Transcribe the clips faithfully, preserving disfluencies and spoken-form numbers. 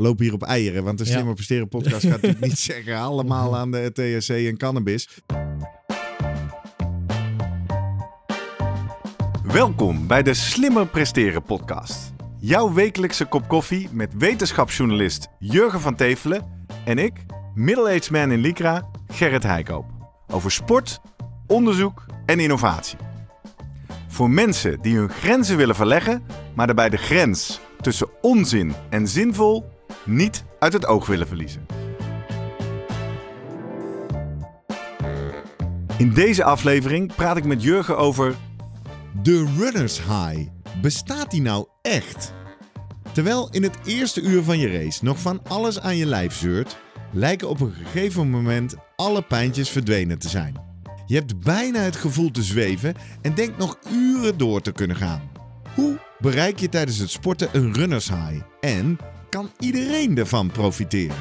lopen hier op eieren. Want de Slimmer ja. Presteren podcast gaat natuurlijk niet zeggen allemaal aan de T H C en cannabis. Welkom bij de Slimmer Presteren podcast. Jouw wekelijkse kop koffie met wetenschapsjournalist Jurgen van Tevelen en ik, middle-aged man in Lycra, Gerrit Heikoop. Over sport, onderzoek en innovatie. Voor mensen die hun grenzen willen verleggen, maar daarbij de grens tussen onzin en zinvol niet uit het oog willen verliezen. In deze aflevering praat ik met Jurgen over de runners high. Bestaat die nou echt? Terwijl in het eerste uur van je race nog van alles aan je lijf zeurt, lijken op een gegeven moment alle pijntjes verdwenen te zijn. Je hebt bijna het gevoel te zweven en denkt nog uren door te kunnen gaan. Hoe bereik je tijdens het sporten een runners high? En kan iedereen ervan profiteren?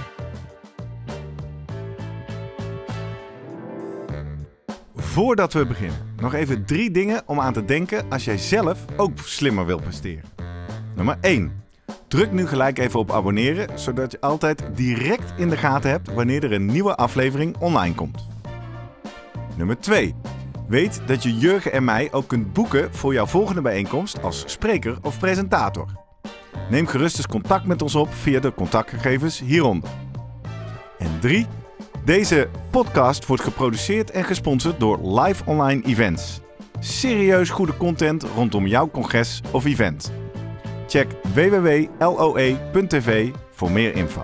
Voordat we beginnen, nog even drie dingen om aan te denken als jij zelf ook slimmer wilt presteren. Nummer één. Druk nu gelijk even op abonneren, zodat je altijd direct in de gaten hebt wanneer er een nieuwe aflevering online komt. Nummer twee. Weet dat je Jurgen en mij ook kunt boeken voor jouw volgende bijeenkomst als spreker of presentator. Neem gerust eens contact met ons op via de contactgegevens hieronder. En drie. Deze podcast wordt geproduceerd en gesponsord door Live Online Events. Serieus goede content rondom jouw congres of event. Check w w w punt l o e punt t v voor meer info.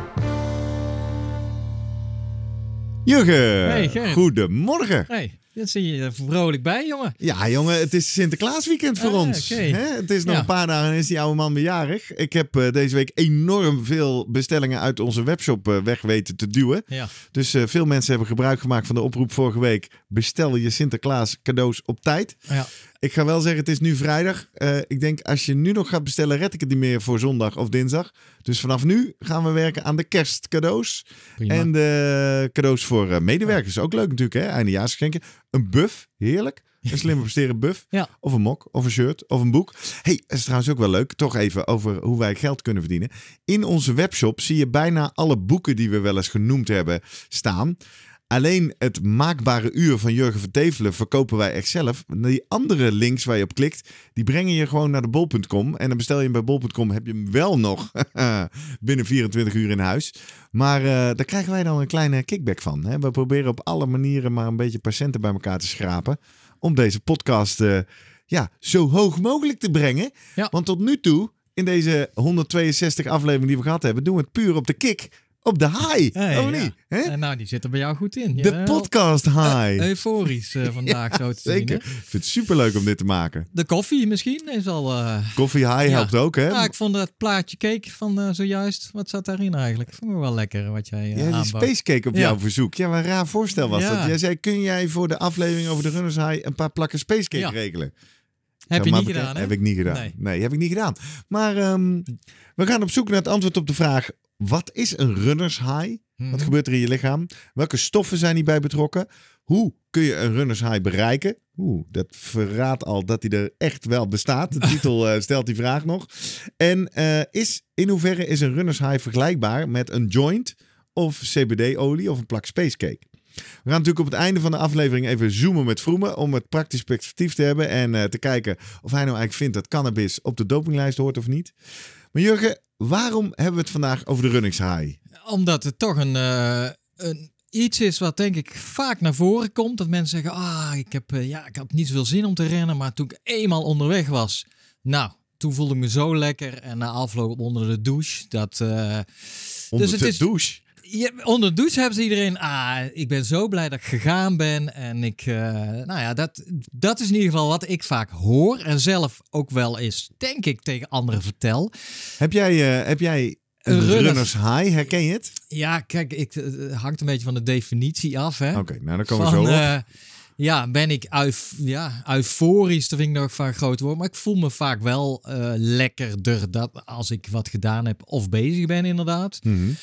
Jurgen, hey, goedemorgen. Hey, dat zie je er vrolijk bij, jongen. Ja, jongen, het is Sinterklaasweekend voor ah, ons. Okay. Hè? Het is nog ja. een paar dagen en is die oude man weer jarig. Ik heb uh, deze week enorm veel bestellingen uit onze webshop uh, weg weten te duwen. Ja. Dus uh, veel mensen hebben gebruik gemaakt van de oproep vorige week. Bestel je Sinterklaas cadeaus op tijd. Ja. Ik ga wel zeggen, het is nu vrijdag. Uh, ik denk, als je nu nog gaat bestellen, red ik het niet meer voor zondag of dinsdag. Dus vanaf nu gaan we werken aan de kerstcadeaus. Prima. En de cadeaus voor uh, medewerkers. Ook leuk natuurlijk, hè? Eindejaarsgeschenken. Een buff, heerlijk. Een slimme presteren buff. Ja. Of een mok, of een shirt, of een boek. Hey, dat is trouwens ook wel leuk. Toch even over hoe wij geld kunnen verdienen. In onze webshop zie je bijna alle boeken die we wel eens genoemd hebben staan. Alleen het maakbare uur van Jurgen van Tevelen verkopen wij echt zelf. Die andere links waar je op klikt, die brengen je gewoon naar de bol punt com. En dan bestel je hem bij bol punt com, heb je hem wel nog binnen vierentwintig uur in huis. Maar uh, daar krijgen wij dan een kleine kickback van. Hè? We proberen op alle manieren maar een beetje patiënten bij elkaar te schrapen. Om deze podcast uh, ja, zo hoog mogelijk te brengen. Ja. Want tot nu toe, in deze honderdtweeënzestig afleveringen die we gehad hebben, doen we het puur op de kick. Op de high, hey, of niet? Ja. En nou, die zit er bij jou goed in. De ja, podcast high. Uh, euforisch uh, vandaag ja, zo te zeker. zien. Zeker. Ik vind het superleuk om dit te maken. De koffie misschien is al... Uh... Koffie high ja. helpt ook, hè? Ja, ik vond dat plaatje cake van uh, zojuist. Wat zat daarin eigenlijk? Ik vond het wel lekker wat jij uh, Ja, die aanbouwt. space cake op ja. jouw verzoek. Ja, wat een raar voorstel was ja. dat. Jij zei, kun jij voor de aflevering over de runners high een paar plakken space cake ja. regelen? Heb je niet gedaan, bekend. hè? Heb ik niet gedaan. Nee, nee heb ik niet gedaan. Maar um, we gaan op zoek naar het antwoord op de vraag... Wat is een runners high? Hmm. Wat gebeurt er in je lichaam? Welke stoffen zijn hierbij betrokken? Hoe kun je een runners high bereiken? Oeh, dat verraadt al dat hij er echt wel bestaat. De titel uh, stelt die vraag nog. En uh, is, in hoeverre is een runners high vergelijkbaar met een joint of C B D-olie of een plak spacecake? We gaan natuurlijk op het einde van de aflevering even zoomen met Vroemen om het praktisch perspectief te hebben en uh, te kijken of hij nou eigenlijk vindt dat cannabis op de dopinglijst hoort of niet. Maar Jurgen, waarom hebben we het vandaag over de runners high? Omdat het toch een, uh, een iets is wat denk ik vaak naar voren komt. Dat mensen zeggen, ah, ik, heb, uh, ja, ik had niet zoveel zin om te rennen, maar toen ik eenmaal onderweg was, nou, toen voelde ik me zo lekker en na afloop onder de douche. Dat, uh, onder dus de het is, douche? Ja, onder de douche hebben ze iedereen, ah, ik ben zo blij dat ik gegaan ben. En ik, uh, nou ja, dat, dat is in ieder geval wat ik vaak hoor. En zelf ook wel eens, denk ik, tegen anderen vertel. Heb jij, uh, heb jij een runners, runners high, herken je het? Ja, kijk, ik, het hangt een beetje van de definitie af. Oké, okay, nou dan komen we van, zo op. Uh, Ja, ben ik euf, ja, euforisch, dat vind ik nog vaak groot woord. Maar ik voel me vaak wel uh, lekkerder dat als ik wat gedaan heb of bezig ben inderdaad. Mm-hmm.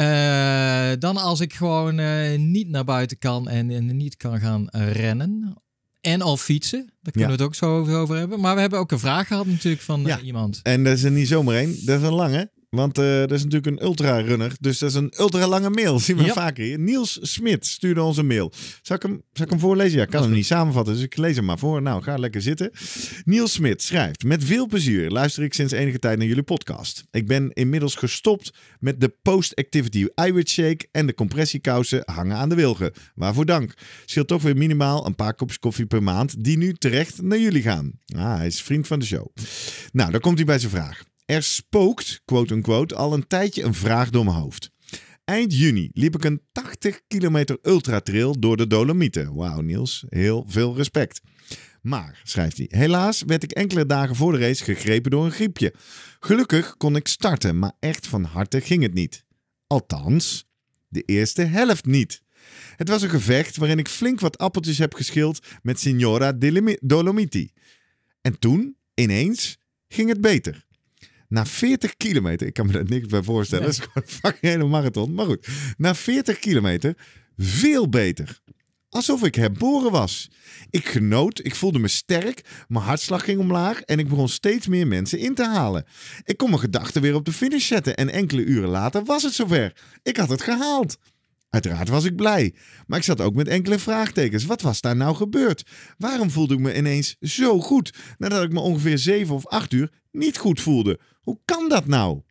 Uh, dan als ik gewoon uh, niet naar buiten kan en, en niet kan gaan uh, rennen. En al fietsen, daar kunnen ja. we het ook zo over hebben. Maar we hebben ook een vraag gehad natuurlijk van ja. uh, iemand. En dat is er niet zomaar één, dat is een lange. Want uh, dat is natuurlijk een ultrarunner. Dus dat is een ultralange mail. Zien we ja. vaker hier. Niels Smit stuurde ons een mail. Zal ik hem, zal ik hem voorlezen? Ja, ik kan hem niet samenvatten. Dus ik lees hem maar voor. Nou, ga lekker zitten. Niels Smit schrijft. Met veel plezier luister ik sinds enige tijd naar jullie podcast. Ik ben inmiddels gestopt met de post-activity Irish shake en de compressiekousen hangen aan de wilgen. Waarvoor dank. Scheelt toch weer minimaal een paar kopjes koffie per maand die nu terecht naar jullie gaan. Ah, hij is vriend van de show. Nou, dan komt hij bij zijn vraag. Er spookt, quote-unquote, al een tijdje een vraag door mijn hoofd. Eind juni liep ik een tachtig kilometer ultratrail door de Dolomieten. Wauw, Niels, heel veel respect. Maar, schrijft hij, helaas werd ik enkele dagen voor de race gegrepen door een griepje. Gelukkig kon ik starten, maar echt van harte ging het niet. Althans, de eerste helft niet. Het was een gevecht waarin ik flink wat appeltjes heb geschild met Signora Dolomiti. En toen, ineens, ging het beter. Na veertig kilometer, ik kan me daar niks bij voorstellen, nee. Dat is gewoon een fucking hele marathon. Maar goed, na veertig kilometer, veel beter. Alsof ik herboren was. Ik genoot, ik voelde me sterk, mijn hartslag ging omlaag en ik begon steeds meer mensen in te halen. Ik kon mijn gedachten weer op de finish zetten en enkele uren later was het zover. Ik had het gehaald. Uiteraard was ik blij, maar ik zat ook met enkele vraagtekens. Wat was daar nou gebeurd? Waarom voelde ik me ineens zo goed, nadat ik me ongeveer zeven of acht uur niet goed voelde? Hoe kan dat nou?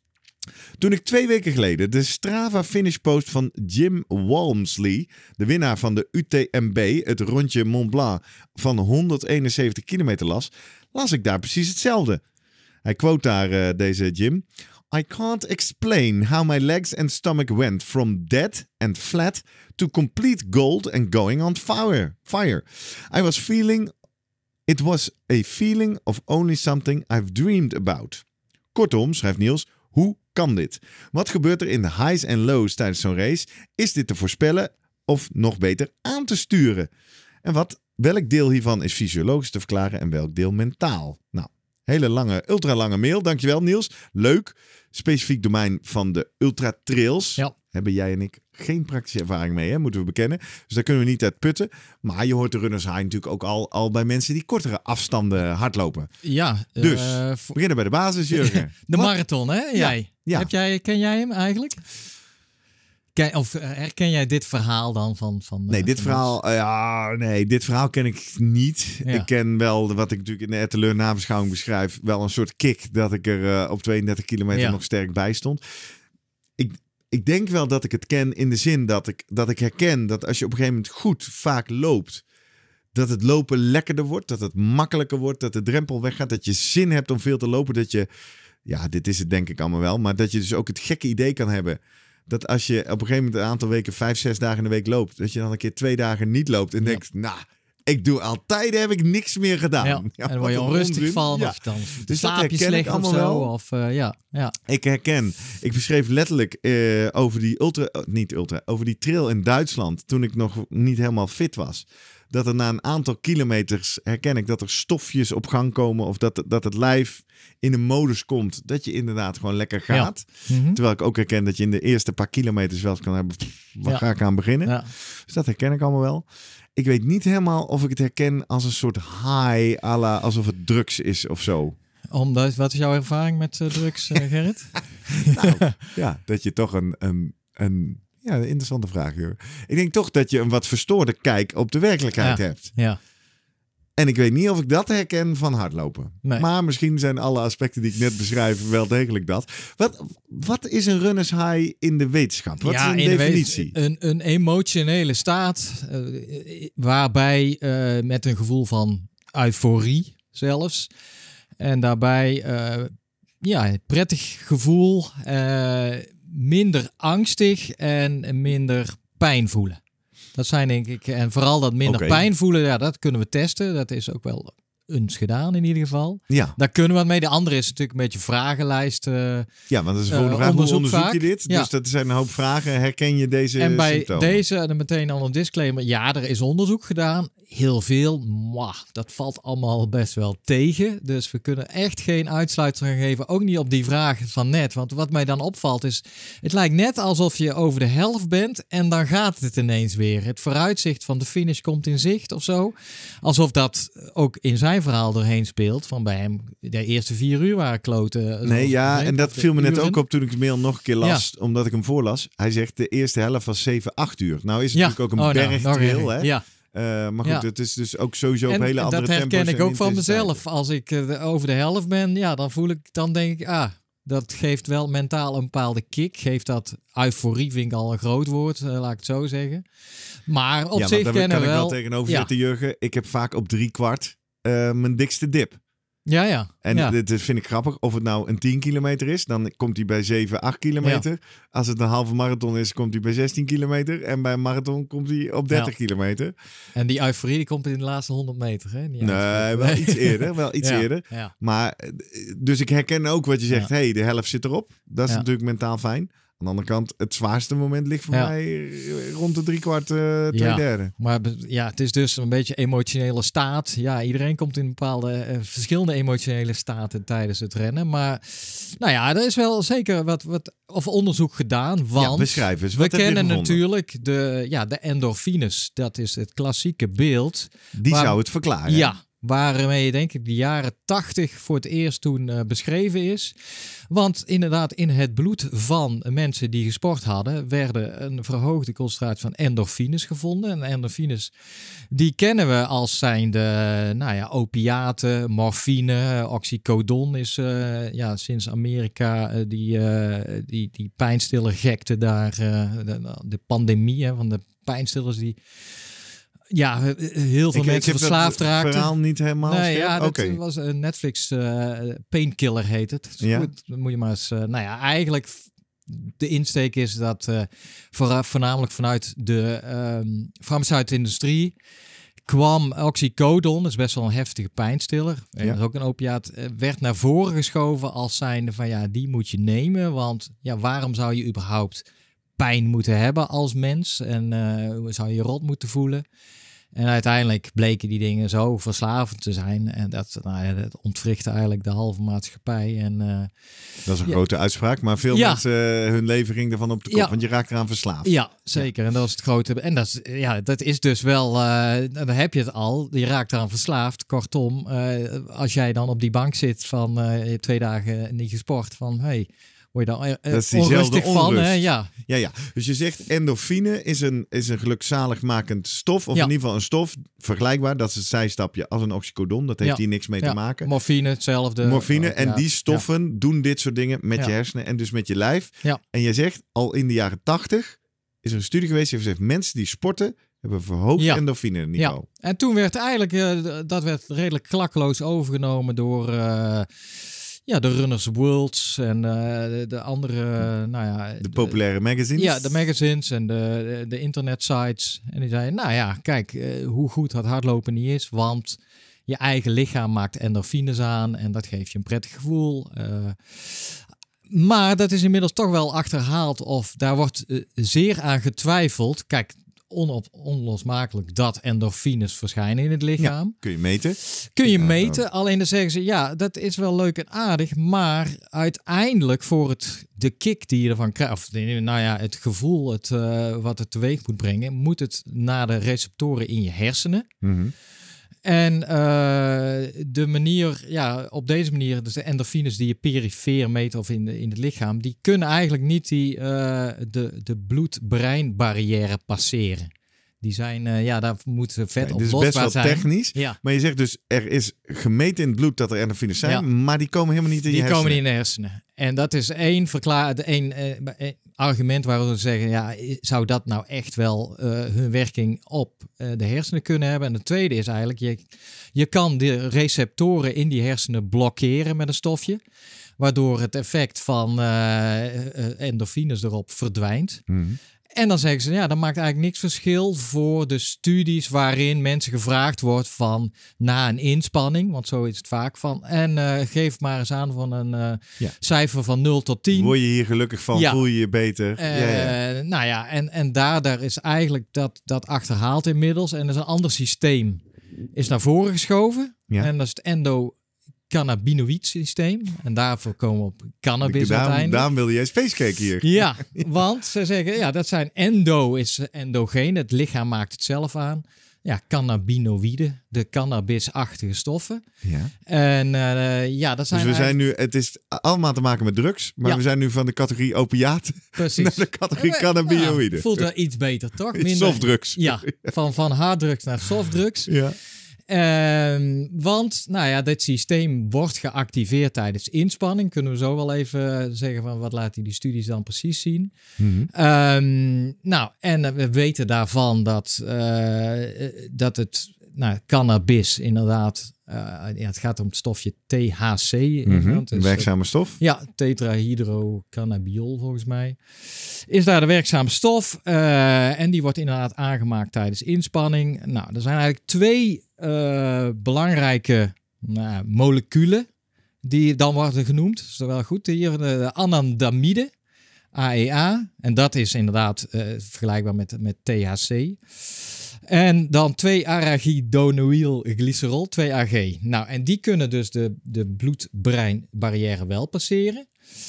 Toen ik twee weken geleden de Strava finish post van Jim Walmsley, de winnaar van de U T M B, het rondje Mont Blanc van honderdeenenzeventig kilometer las, las ik daar precies hetzelfde. Hij quote daar uh, deze Jim. I can't explain how my legs and stomach went from dead and flat to complete gold and going on fire. Fire. I was feeling, it was a feeling of only something I've dreamed about. Kortom, schrijft Niels, hoe kan dit? Wat gebeurt er in de highs en lows tijdens zo'n race? Is dit te voorspellen of nog beter aan te sturen? En wat, welk deel hiervan is fysiologisch te verklaren en welk deel mentaal? Nou, hele lange, ultralange mail. Dankjewel Niels. Leuk. Specifiek domein van de ultratrails. Ja. Hebben jij en ik geen praktische ervaring mee, hè? Moeten we bekennen. Dus daar kunnen we niet uit putten. Maar je hoort de runners high natuurlijk ook al, al bij mensen die kortere afstanden hardlopen. Ja. Dus, uh, we beginnen bij de basis, Jurgen. De Wat? Marathon, hè? Jij. Ja. Ja. Heb jij, ken jij hem eigenlijk? Ken, of herken jij dit verhaal dan van... van nee, uh, dit van verhaal, uh, ja, nee, dit verhaal ken ik niet. Ja. Ik ken wel, wat ik natuurlijk in de Etteleur nabeschouwing beschrijf, wel een soort kick dat ik er uh, op tweeëndertig kilometer ja. nog sterk bij stond. Ik, ik denk wel dat ik het ken in de zin dat ik, dat ik herken dat als je op een gegeven moment goed vaak loopt, dat het lopen lekkerder wordt, dat het makkelijker wordt, dat de drempel weggaat, dat je zin hebt om veel te lopen, dat je, ja, dit is het denk ik allemaal wel, maar dat je dus ook het gekke idee kan hebben dat als je op een gegeven moment een aantal weken, vijf, zes dagen in de week loopt, dat je dan een keer twee dagen niet loopt en ja. denkt, nou, ik doe altijd, heb ik niks meer gedaan. Ja, ja, en dan word je onrustig van, ja. of dan dus slaap je slecht of zo. Wel. Of, uh, ja, ja. Ik herken, ik beschreef letterlijk uh, over die ultra, uh, niet ultra, over die trail in Duitsland, toen ik nog niet helemaal fit was. Dat er na een aantal kilometers herken ik dat er stofjes op gang komen of dat, dat het lijf in een modus komt dat je inderdaad gewoon lekker gaat. Ja. Mm-hmm. Terwijl ik ook herken dat je in de eerste paar kilometers wel eens kan hebben, pff, waar ja. ga ik aan beginnen? Ja. Dus dat herken ik allemaal wel. Ik weet niet helemaal of ik het herken als een soort high, à la alsof het drugs is of zo. Omdat, wat is jouw ervaring met uh, drugs, uh, Gerrit? nou, ja, dat je toch een... een, een Ja, een interessante vraag, joh. Ik denk toch dat je een wat verstoorde kijk op de werkelijkheid ja, hebt. Ja. En ik weet niet of ik dat herken van hardlopen. Nee. Maar misschien zijn alle aspecten die ik net beschrijf wel degelijk dat. Wat, wat is een runners high in de wetenschap? Wat ja, is een definitie? De, een, een emotionele staat uh, waarbij uh, met een gevoel van euforie zelfs. En daarbij uh, ja, prettig gevoel... Uh, minder angstig en minder pijn voelen. Dat zijn denk ik... En vooral dat minder okay. pijn voelen, ja, dat kunnen we testen. Dat is ook wel eens gedaan in ieder geval. Ja. Daar kunnen we wat mee. De andere is natuurlijk een beetje vragenlijst. Uh, ja, want dat is de volgende uh, vraag. Hoe onderzoek vaak. je dit? Ja. Dus dat zijn een hoop vragen. Herken je deze En bij symptomen? deze, en meteen al een disclaimer. Ja, er is onderzoek gedaan. Heel veel. Mwah, dat valt allemaal best wel tegen. Dus we kunnen echt geen uitsluiter gaan geven. Ook niet op die vraag van net. Want wat mij dan opvalt is... Het lijkt net alsof je over de helft bent. En dan gaat het ineens weer. Het vooruitzicht van de finish komt in zicht of zo. Alsof dat ook in zijn zijn verhaal doorheen speelt. Van bij hem, de eerste vier uur waren kloten. Nee, ja, en dat viel me net ook op toen ik de mail nog een keer las, ja. omdat ik hem voorlas. Hij zegt de eerste helft was zeven, acht uur. Nou is het ja. natuurlijk ook een oh, bergtrail, nou, hè? Ja. Uh, maar goed, ja. het is dus ook sowieso op hele andere tempo's. Dat herken ik ook van mezelf. Als ik uh, over de helft ben, ja, dan voel ik, dan denk ik, ah, dat geeft wel mentaal een bepaalde kick. Geeft dat euforie, vind ik al een groot woord, uh, laat ik het zo zeggen. Maar op ja, zich maar kennen kan we ik wel... wel tegenover zitten, ja. Jurgen. Ik heb vaak op drie kwart uh, mijn dikste dip. Ja, ja. En ja. dit vind ik grappig. Of het nou een tien kilometer is, dan komt hij bij zeven, acht kilometer. Ja. Als het een halve marathon is, komt hij bij zestien kilometer. En bij een marathon komt hij op dertig ja. kilometer. En die euforie die komt in de laatste honderd meter, hè? Nee, wel nee. iets eerder. Wel iets ja. eerder. Ja. Maar, dus ik herken ook wat je zegt. Ja. Hey, de helft zit erop. Dat is ja. natuurlijk mentaal fijn. Aan de andere kant, het zwaarste moment ligt voor ja. mij rond de driekwart, uh, twee ja, derde. Maar ja, het is dus een beetje emotionele staat. Ja, iedereen komt in bepaalde uh, verschillende emotionele staten tijdens het rennen. Maar nou ja, er is wel zeker wat, wat of onderzoek gedaan. Want ja, beschrijf eens. Wat we kennen natuurlijk de, ja, de endorfines. Dat is het klassieke beeld. Die waar, zou het verklaren. Ja. Waarmee denk ik de jaren tachtig voor het eerst toen uh, beschreven is. Want inderdaad in het bloed van mensen die gesport hadden, werden een verhoogde concentratie van endorfines gevonden. En endorfines die kennen we als zijnde nou ja, opiaten, morfine, oxycodon is uh, ja, sinds Amerika uh, die, uh, die, die pijnstillergekte daar, uh, de, de pandemie hè, van de pijnstillers die... Ja, heel veel ik, mensen ik verslaafd raakten. Het verhaal niet helemaal. Nee, ja, dat okay. was een Netflix uh, Painkiller heet het. Ja. Goed, dan moet je maar eens. Uh, nou ja, eigenlijk de insteek is dat uh, voor, voornamelijk vanuit de um, farmaceutische industrie kwam oxycodon, dat is best wel een heftige pijnstiller, ja. dat is ook een opiaat, uh, werd naar voren geschoven als zijnde van ja, die moet je nemen, want ja, waarom zou je überhaupt pijn moeten hebben als mens en uh, zou je rot moeten voelen. En uiteindelijk bleken die dingen zo verslavend te zijn. En dat, nou ja, dat ontwrichtte eigenlijk de halve maatschappij. En, uh, dat is een ja. grote uitspraak. Maar veel ja. mensen, uh, hun leven ging ervan op de kop. Ja. Want je raakt eraan verslaafd. Ja, zeker. Ja. En dat is het grote. En dat is, ja, dat is dus wel, uh, dan heb je het al. Je raakt eraan verslaafd. Kortom, uh, als jij dan op die bank zit van uh, je hebt twee dagen niet gesport. Van hey, word je dan uh, dat is onrustig van? Onrust. Hè? Ja. Ja, ja. Dus je zegt endorfine is een, is een gelukzaligmakend stof. Of ja. in ieder geval een stof vergelijkbaar. Dat is het zijstapje als een oxycodon. Dat heeft ja. hier niks mee ja. te maken. Morfine, hetzelfde. Morfine. Uh, en ja. die stoffen ja. doen dit soort dingen met ja. je hersenen en dus met je lijf. Ja. En je zegt al in de jaren tachtig is er een studie geweest die zegt mensen die sporten hebben verhoogd ja. endorfine niveau. Ja. En toen werd eigenlijk, uh, dat werd redelijk klakkeloos overgenomen door... Uh, Ja, de Runners Worlds en uh, de, de andere, uh, nou ja... De populaire magazines. Ja, de magazines en de, de, de internetsites. En die zeiden, nou ja, kijk, uh, hoe goed dat hardlopen niet is. Want je eigen lichaam maakt endorfines aan en dat geeft je een prettig gevoel. Uh, maar dat is inmiddels toch wel achterhaald of daar wordt uh, zeer aan getwijfeld. Kijk... Onop, onlosmakelijk dat endorfines verschijnen in het lichaam. Ja, kun je meten? Kun je meten, alleen dan zeggen ze... ja, dat is wel leuk en aardig... maar uiteindelijk voor het, de kick die je ervan krijgt... of nou ja, het gevoel het, uh, wat het teweeg moet brengen... moet het naar de receptoren in je hersenen... Mm-hmm. En uh, de manier, ja, op deze manier, dus de endorfines die je perifeer meet of in, de, in het lichaam, die kunnen eigenlijk niet die, uh, de, de bloed-brein barrière passeren. Die zijn, uh, ja, daar moet vet ja, op losbaar zijn. Dit is best wel technisch, ja. Maar je zegt dus, er is gemeten in het bloed dat er endorfines zijn, ja. maar die komen helemaal niet in die je hersenen. Die komen niet in de hersenen. En dat is één, verklaar, één uh, argument waarom we zeggen, ja, zou dat nou echt wel uh, hun werking op uh, de hersenen kunnen hebben? En de tweede is eigenlijk, je, je kan de receptoren in die hersenen blokkeren met een stofje, waardoor het effect van uh, uh, endorfines erop verdwijnt. Mm-hmm. En dan zeggen ze, ja, dat maakt eigenlijk niks verschil voor de studies waarin mensen gevraagd wordt van na een inspanning, want zo is het vaak van, en uh, geef maar eens aan van een uh, ja. cijfer van nul tot tien. Word je hier gelukkig van, ja. voel je je beter? Uh, ja, ja. Nou ja, en, en daar, daar is eigenlijk dat, dat achterhaald inmiddels. En er is een ander systeem is naar voren geschoven. Ja. En dat is het endo cannabinoïd systeem. En daarvoor komen we op cannabis daarom, uiteindelijk. Daarom wilde jij spacecake hier. Ja, want ze zeggen, ja, dat zijn endo is endogeen. Het lichaam maakt het zelf aan. ja, cannabinoïden, de cannabisachtige stoffen. Ja. En uh, ja, dat zijn. Dus we zijn nu, het is allemaal te maken met drugs, maar ja. we zijn nu van de categorie opiaten Precies. naar de categorie ja, cannabinoïden. Ja, voelt wel iets beter, toch? Minder, softdrugs. Ja, van, van harddrugs naar softdrugs. Ja. Uh, want, nou ja, dit systeem wordt geactiveerd tijdens inspanning. Kunnen we zo wel even zeggen van wat laten die studies dan precies zien. Mm-hmm. Um, nou, en we weten daarvan dat, uh, dat het nou, cannabis inderdaad, uh, ja, het gaat om het stofje T H C. Mm-hmm. Dus, werkzame stof? Ja, tetrahydrocannabiol volgens mij. Is daar de werkzame stof. Uh, en die wordt inderdaad aangemaakt tijdens inspanning. Nou, er zijn eigenlijk twee uh, belangrijke nou, moleculen die dan worden genoemd. Dat is wel goed. Hier de anandamide, A E A. En dat is inderdaad uh, vergelijkbaar met, met T H C. En dan twee arachidonylglycerol, twee A G. Nou, en die kunnen dus de, de bloed-brein barrière wel passeren.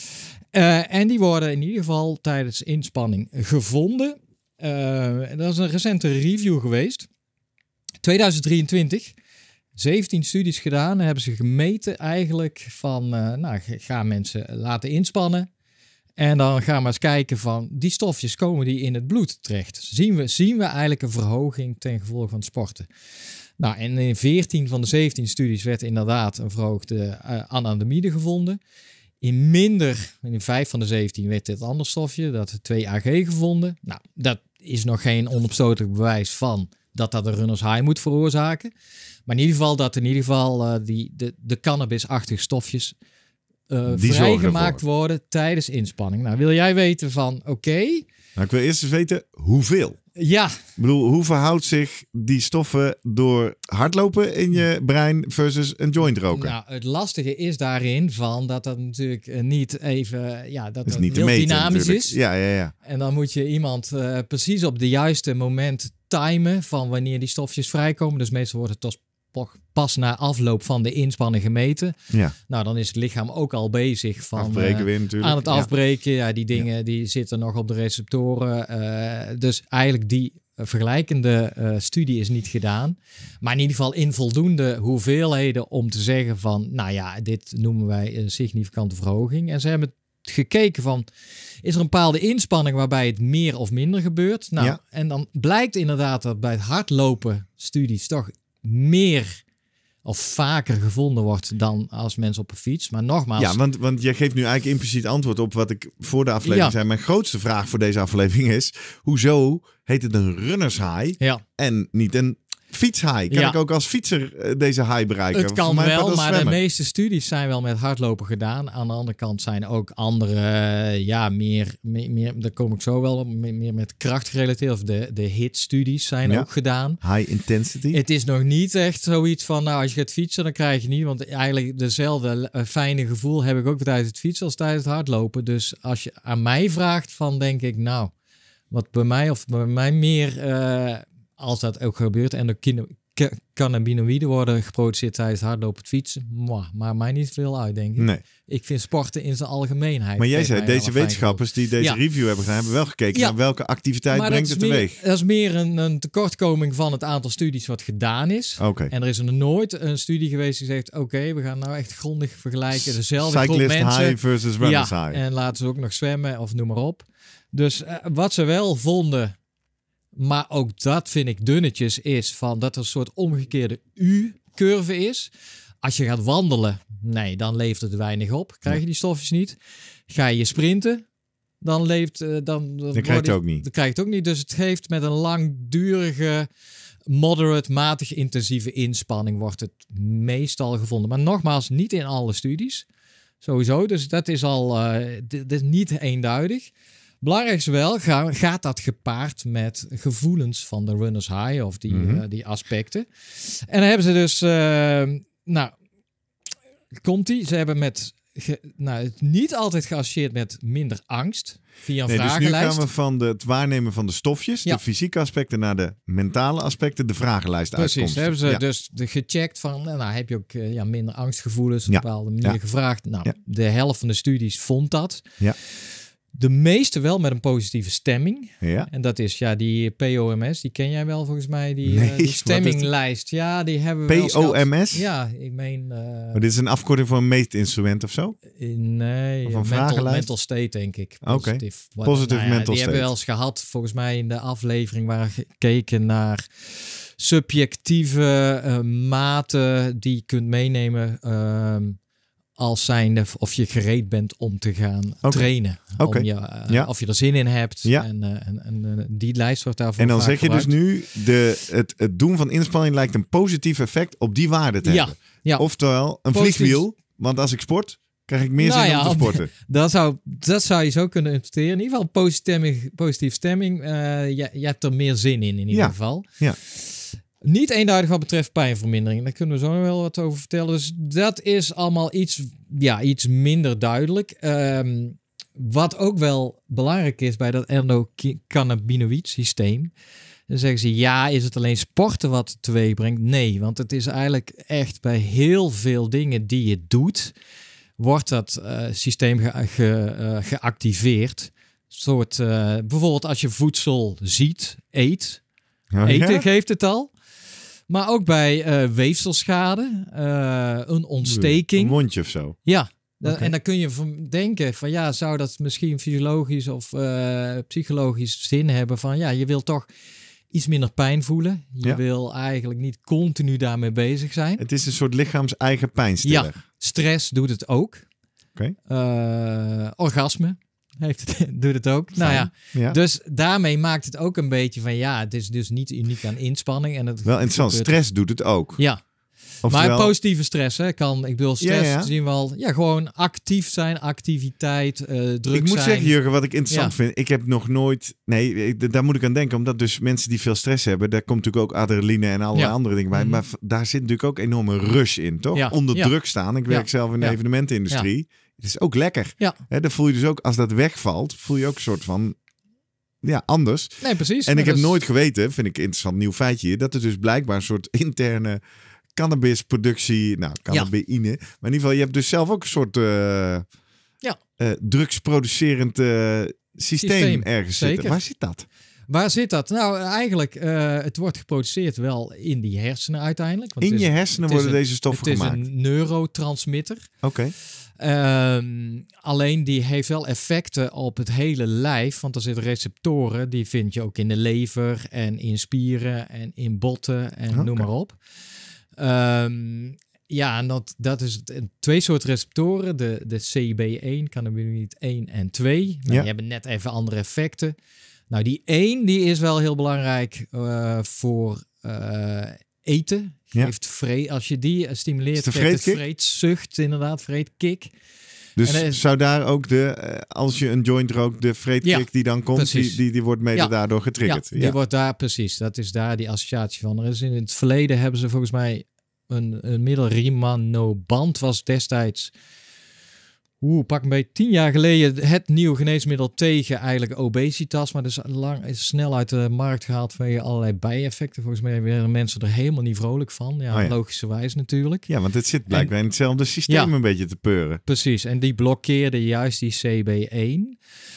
Uh, en die worden in ieder geval tijdens inspanning gevonden. Uh, dat is een recente review geweest. tweeduizend drieëntwintig. zeventien studies gedaan. Hebben ze gemeten eigenlijk van, uh, nou, ga mensen laten inspannen. En dan gaan we eens kijken van, die stofjes komen die in het bloed terecht. Zien we, zien we eigenlijk een verhoging ten gevolge van het sporten. Nou, en in veertien van de zeventien studies werd inderdaad een verhoogde uh, anandamide gevonden. In minder, in vijf van de zeventien werd dit ander stofje, dat twee A G gevonden. Nou, dat is nog geen onopstotelijk bewijs van dat dat een runners high moet veroorzaken. Maar in ieder geval dat in ieder geval uh, die, de, de cannabisachtige stofjes uh, vrijgemaakt worden tijdens inspanning. Nou, wil jij weten van, oké. Okay, nou, ik wil eerst eens weten hoeveel. Ja. Ik bedoel, hoe verhoudt zich die stoffen door hardlopen in je brein versus een joint roken? Nou, het lastige is daarin van dat dat natuurlijk niet even, ja, dat is het niet heel meten, dynamisch natuurlijk. is. Ja, ja, ja. En dan moet je iemand uh, precies op de juiste moment timen van wanneer die stofjes vrijkomen. Dus meestal wordt het pas na afloop van de inspanning gemeten. Ja. Nou, dan is het lichaam ook al bezig van afbreken weer natuurlijk. Aan het afbreken. Ja, ja die dingen ja. die zitten nog op de receptoren. Uh, dus eigenlijk die uh, vergelijkende uh, studie is niet gedaan. Maar in ieder geval in voldoende hoeveelheden om te zeggen van, nou ja, dit noemen wij een significante verhoging. En ze hebben gekeken van, is er een bepaalde inspanning waarbij het meer of minder gebeurt? Nou, ja. En dan blijkt inderdaad dat bij het hardlopen studies toch meer of vaker gevonden wordt dan als mensen op een fiets. Maar nogmaals. Ja, want, want je geeft nu eigenlijk impliciet antwoord op wat ik voor de aflevering ja. zei. Mijn grootste vraag voor deze aflevering is, hoezo heet het een runners high ja. en niet een fietshigh? Kan ja. ik ook als fietser deze high bereiken? Het kan wel, maar zwemmen. De meeste studies zijn wel met hardlopen gedaan. Aan de andere kant zijn ook andere, ja, meer, meer, meer daar kom ik zo wel op, meer, meer met kracht gerelateerd. Of de, de hit-studies zijn ja. ook gedaan. High intensity. Het is nog niet echt zoiets van, nou, als je gaat fietsen, dan krijg je niet. Want eigenlijk dezelfde uh, fijne gevoel heb ik ook tijdens het fietsen als tijdens het hardlopen. Dus als je aan mij vraagt, van denk ik, nou, wat bij mij of bij mij meer... Uh, als dat ook gebeurt en de kino- k- cannabinoïden worden geproduceerd tijdens hardlopen, het fietsen, mwah, maar mij niet veel uit, denk ik. Nee. Ik vind sporten in zijn algemeenheid. Maar jij zei, deze wetenschappers die deze ja. review hebben gedaan, hebben wel gekeken ja. naar welke activiteit maar brengt het teweeg. Meer, dat is meer een, een tekortkoming van het aantal studies wat gedaan is. Okay. En er is er nooit een studie geweest die zegt, oké, okay, we gaan nou echt grondig vergelijken. Dezelfde Cyclist groep mensen. high versus runners ja, high. En laten ze ook nog zwemmen of noem maar op. Dus uh, wat ze wel vonden, maar ook dat vind ik dunnetjes, is van dat er een soort omgekeerde U-curve is. Als je gaat wandelen, nee, dan levert het weinig op. Krijg je die stofjes niet. Ga je sprinten, dan leeft... Uh, dan, dan, dan krijg je het ook niet. Dan krijg je het ook niet. Dus het geeft met een langdurige, moderate, matig intensieve inspanning wordt het meestal gevonden. Maar nogmaals, niet in alle studies. Sowieso, dus dat is al uh, dit is niet eenduidig. Belangrijk is wel, gaat dat gepaard met gevoelens van de runners high of die, mm-hmm. uh, die aspecten. En dan hebben ze dus, uh, nou, komt-ie, ze hebben met, ge, nou, het niet altijd geassocieerd met minder angst via een nee, vragenlijst. Dus nu gaan we van de, het waarnemen van de stofjes, ja. de fysieke aspecten naar de mentale aspecten, de vragenlijst uitkomsten. Precies, hebben ze ja. dus de gecheckt van, nou heb je ook uh, ja, minder angstgevoelens op ja. een bepaalde manier ja. gevraagd. Nou, ja. de helft van de studies vond dat. Ja. De meeste wel met een positieve stemming. Ja. En dat is ja die P O M S, die ken jij wel volgens mij, die, nee, uh, die stemminglijst. Ja, die hebben we P O M S? Ja, ik meen... Uh, maar dit is een afkorting voor een meetinstrument of zo? Nee, of een mental, mental state denk ik. Oké, Positief. okay. Positive nou ja, mental die state. Die hebben we wel eens gehad, volgens mij in de aflevering waar we gekeken naar subjectieve uh, maten die je kunt meenemen... Uh, als zijnde of je gereed bent om te gaan okay. trainen. Okay. Om je, uh, ja. Of je er zin in hebt. Ja. En, uh, en, en uh, die lijst wordt daarvoor En dan vaak zeg je gebruikt. dus nu, de, het, het doen van inspanning lijkt een positief effect op die waarde te ja. hebben. Ja. Oftewel, een Positief. vliegwiel. Want als ik sport, krijg ik meer nou zin ja, om te sporten. Dat zou, dat zou je zo kunnen interpreteren. In ieder geval positieve stemming. Positieve stemming. Uh, je, je hebt er meer zin in, in ieder ja. geval. Ja. Niet eenduidig wat betreft pijnvermindering. Daar kunnen we zo nog wel wat over vertellen. Dus dat is allemaal iets, ja, iets minder duidelijk. Um, wat ook wel belangrijk is bij dat endocannabinoïd systeem. Dan zeggen ze, ja, is het alleen sporten wat het teweeg brengt? Nee, want het is eigenlijk echt bij heel veel dingen die je doet, wordt dat uh, systeem ge- ge- uh, geactiveerd. Soort, uh, bijvoorbeeld als je voedsel ziet, eet. Oh, Eten ja? geeft het al. Maar ook bij uh, weefselschade, uh, een ontsteking. Een wondje of zo. Ja, okay. En dan kun je van denken van ja, zou dat misschien fysiologisch of uh, psychologisch zin hebben van ja, je wil toch iets minder pijn voelen. Je ja. wil eigenlijk niet continu daarmee bezig zijn. Het is een soort lichaams-eigen pijnstiller. Ja, stress doet het ook. Oké. Okay. Uh, orgasme. Heeft het, doet het ook. Fijn. Nou ja, ja, dus daarmee maakt het ook een beetje van ja, het is dus niet uniek aan inspanning. En het wel interessant, stress doet het ook. Ja, Oftewel... maar positieve stress hè, kan, ik bedoel stress ja, ja. zien we al, ja, gewoon actief zijn, activiteit, uh, druk zijn. Ik moet zeggen Jurgen, wat ik interessant ja. vind, ik heb nog nooit, nee, ik, daar moet ik aan denken, omdat dus mensen die veel stress hebben, daar komt natuurlijk ook adrenaline en allerlei ja. andere dingen bij, mm-hmm. maar daar zit natuurlijk ook enorme rush in, toch? Ja. Onder ja. druk staan. Ik werk ja. zelf in de ja. evenementenindustrie. Ja. Het is ook lekker. Ja. He, dan voel je dus ook, als dat wegvalt, voel je ook een soort van, ja, anders. Nee, precies. En ik heb dus... nooit geweten, vind ik een interessant nieuw feitje hier, dat er dus blijkbaar een soort interne cannabisproductie, nou, cannabiïne. Ja. Maar in ieder geval, je hebt dus zelf ook een soort uh, ja. uh, drugsproducerend uh, systeem, systeem ergens zeker. zitten. Waar zit dat? Waar zit dat? Nou, eigenlijk, uh, het wordt geproduceerd wel in die hersenen uiteindelijk. Want in is, je hersenen worden een, deze stoffen het gemaakt? Het is een neurotransmitter. Oké. Okay. Um, alleen die heeft wel effecten op het hele lijf. Want er zitten receptoren, die vind je ook in de lever en in spieren en in botten en okay. noem maar op. Um, ja, en dat, dat is het, twee soorten receptoren. De, de C B één, cannabinoïd één en twee. Nou, ja. Die hebben net even andere effecten. Nou, die één die is wel heel belangrijk uh, voor uh, eten. Geeft ja. vreet, als je die stimuleert, de geeft het vreedzucht, inderdaad, vreedkick. Dus is, zou daar ook de, als je een joint rookt, de vreedkick ja, die dan komt, die, die, die wordt mede ja. daardoor getriggerd? Ja, die ja. wordt daar, precies. Dat is daar die associatie van. Er is in het verleden hebben ze volgens mij een, een middel, Rimonabant was destijds, oeh, pak een beetje tien jaar geleden, het nieuwe geneesmiddel tegen eigenlijk obesitas. Maar dus lang is snel uit de markt gehaald vanwege allerlei bijeffecten. Volgens mij werden mensen er helemaal niet vrolijk van. Ja, oh ja. logischerwijs natuurlijk. Ja, want het zit blijkbaar en, in hetzelfde systeem ja, een beetje te peuren. Precies, en die blokkeerde juist die C B één.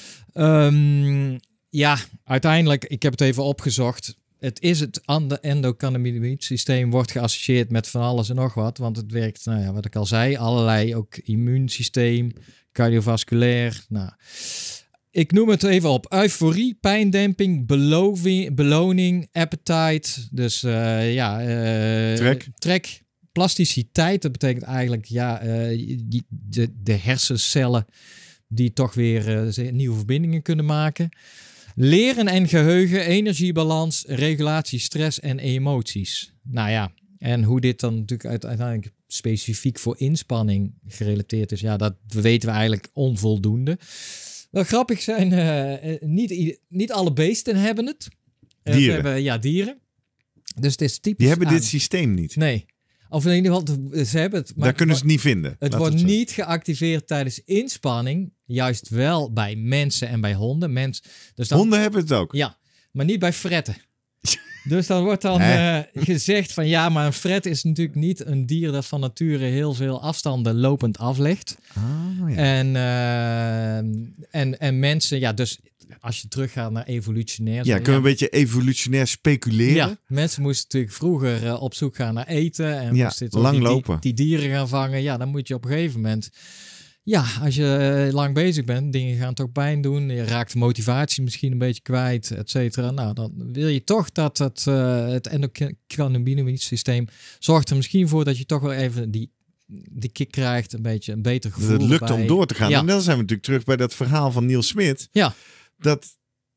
Um, ja, uiteindelijk, ik heb het even opgezocht. Het is het endocannabinoïd systeem wordt geassocieerd met van alles en nog wat. Want het werkt, nou ja, wat ik al zei, allerlei ook immuunsysteem, cardiovasculair. Nou, ik noem het even op. Euforie, pijndemping, beloving, beloning, appetite. Dus uh, ja, uh, trek. trek. Plasticiteit, dat betekent eigenlijk ja, uh, de, de hersencellen die toch weer uh, nieuwe verbindingen kunnen maken. Leren en geheugen, energiebalans, regulatie, stress en emoties. Nou ja, en hoe dit dan natuurlijk uiteindelijk specifiek voor inspanning gerelateerd is, ja, dat weten we eigenlijk onvoldoende. Wel grappig zijn, uh, niet, niet alle beesten hebben het. Dieren? Uh, hebben, ja, dieren. Dus het is typisch. Die hebben aan... dit systeem niet? Nee. Of in ieder geval, ze hebben het. Maar daar kunnen ze het niet vinden. Het wordt het niet geactiveerd tijdens inspanning. Juist wel bij mensen en bij honden. Mens, dus dan, honden hebben het ook? Ja, maar niet bij fretten. Dus dan wordt dan uh, gezegd van ja, maar een fret is natuurlijk niet een dier dat van nature heel veel afstanden lopend aflegt. Oh, ja. En uh, en, en mensen, ja, dus als je teruggaat naar evolutionair. Ja, kunnen we ja, een beetje evolutionair speculeren? Ja, mensen moesten natuurlijk vroeger uh, op zoek gaan naar eten. En ja, moesten lang die, lopen. Die, die dieren gaan vangen. Ja, dan moet je op een gegeven moment... Ja, als je uh, lang bezig bent, dingen gaan toch pijn doen. Je raakt motivatie misschien een beetje kwijt, et cetera. Nou, dan wil je toch dat het, uh, het endocannabinoïde systeem zorgt er misschien voor dat je toch wel even die, die kick krijgt. Een beetje een beter gevoel. Dat het lukt bij. om door te gaan. Ja. En dan zijn we natuurlijk terug bij dat verhaal van Neil Smit. Ja. Dat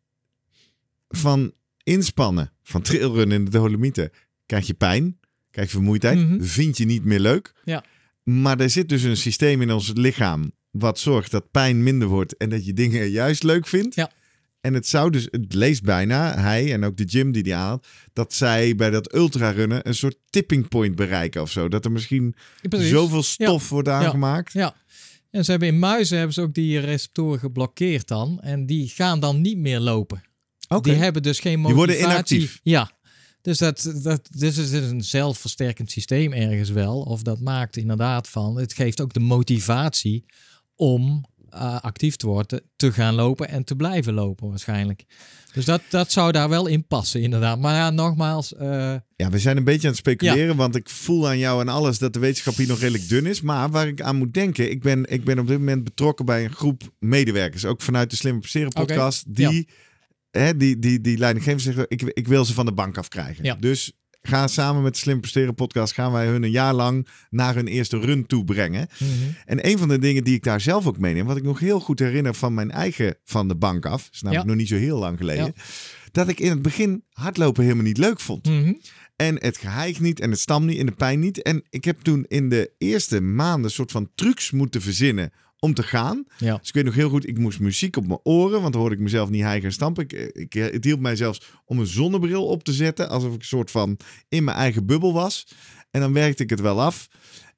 van inspannen, van trailrunnen in de Dolomieten, krijg je pijn, krijg je vermoeidheid, mm-hmm. vind je niet meer leuk. Ja. Maar er zit dus een systeem in ons lichaam wat zorgt dat pijn minder wordt en dat je dingen juist leuk vindt. Ja. En het zou dus, het leest bijna, hij en ook de gym die die aanhaalt, dat zij bij dat ultrarunnen een soort tipping point bereiken of zo. Dat er misschien ja, zoveel stof ja. wordt aangemaakt. Ja. ja. En ze hebben in muizen hebben ze ook die receptoren geblokkeerd dan. En die gaan dan niet meer lopen. Okay. Die hebben dus geen motivatie. Die worden inactief. Ja. Dus dat, dat dus is een zelfversterkend systeem ergens wel. Of dat maakt inderdaad van... Het geeft ook de motivatie om uh, actief te worden, te gaan lopen en te blijven lopen waarschijnlijk. Dus dat, dat zou daar wel in passen inderdaad. Maar ja, nogmaals... Uh... Ja, we zijn een beetje aan het speculeren, ja. want ik voel aan jou en alles dat de wetenschap hier nog redelijk dun is. Maar waar ik aan moet denken, ik ben, ik ben op dit moment betrokken bij een groep medewerkers. Ook vanuit de Slimmer Presteren podcast. Okay. Die... Ja. Hè, die, die, die leidinggever zegt, ik, ik wil ze van de bank afkrijgen. Ja. Dus ga samen met de Slim Presteren podcast, gaan wij hun een jaar lang naar hun eerste run toe brengen. Mm-hmm. En een van de dingen die ik daar zelf ook meeneem, wat ik nog heel goed herinner van mijn eigen van de bank af, is namelijk ja. nog niet zo heel lang geleden, ja. dat ik in het begin hardlopen helemaal niet leuk vond. Mm-hmm. En het geheig niet en het stam niet en de pijn niet. En ik heb toen in de eerste maanden een soort van trucs moeten verzinnen om te gaan. Ja. Dus ik weet nog heel goed, ik moest muziek op mijn oren, want dan hoorde ik mezelf niet hijgen en stampen. Ik, ik, het hielp mij zelfs om een zonnebril op te zetten, alsof ik een soort van in mijn eigen bubbel was. En dan werkte ik het wel af.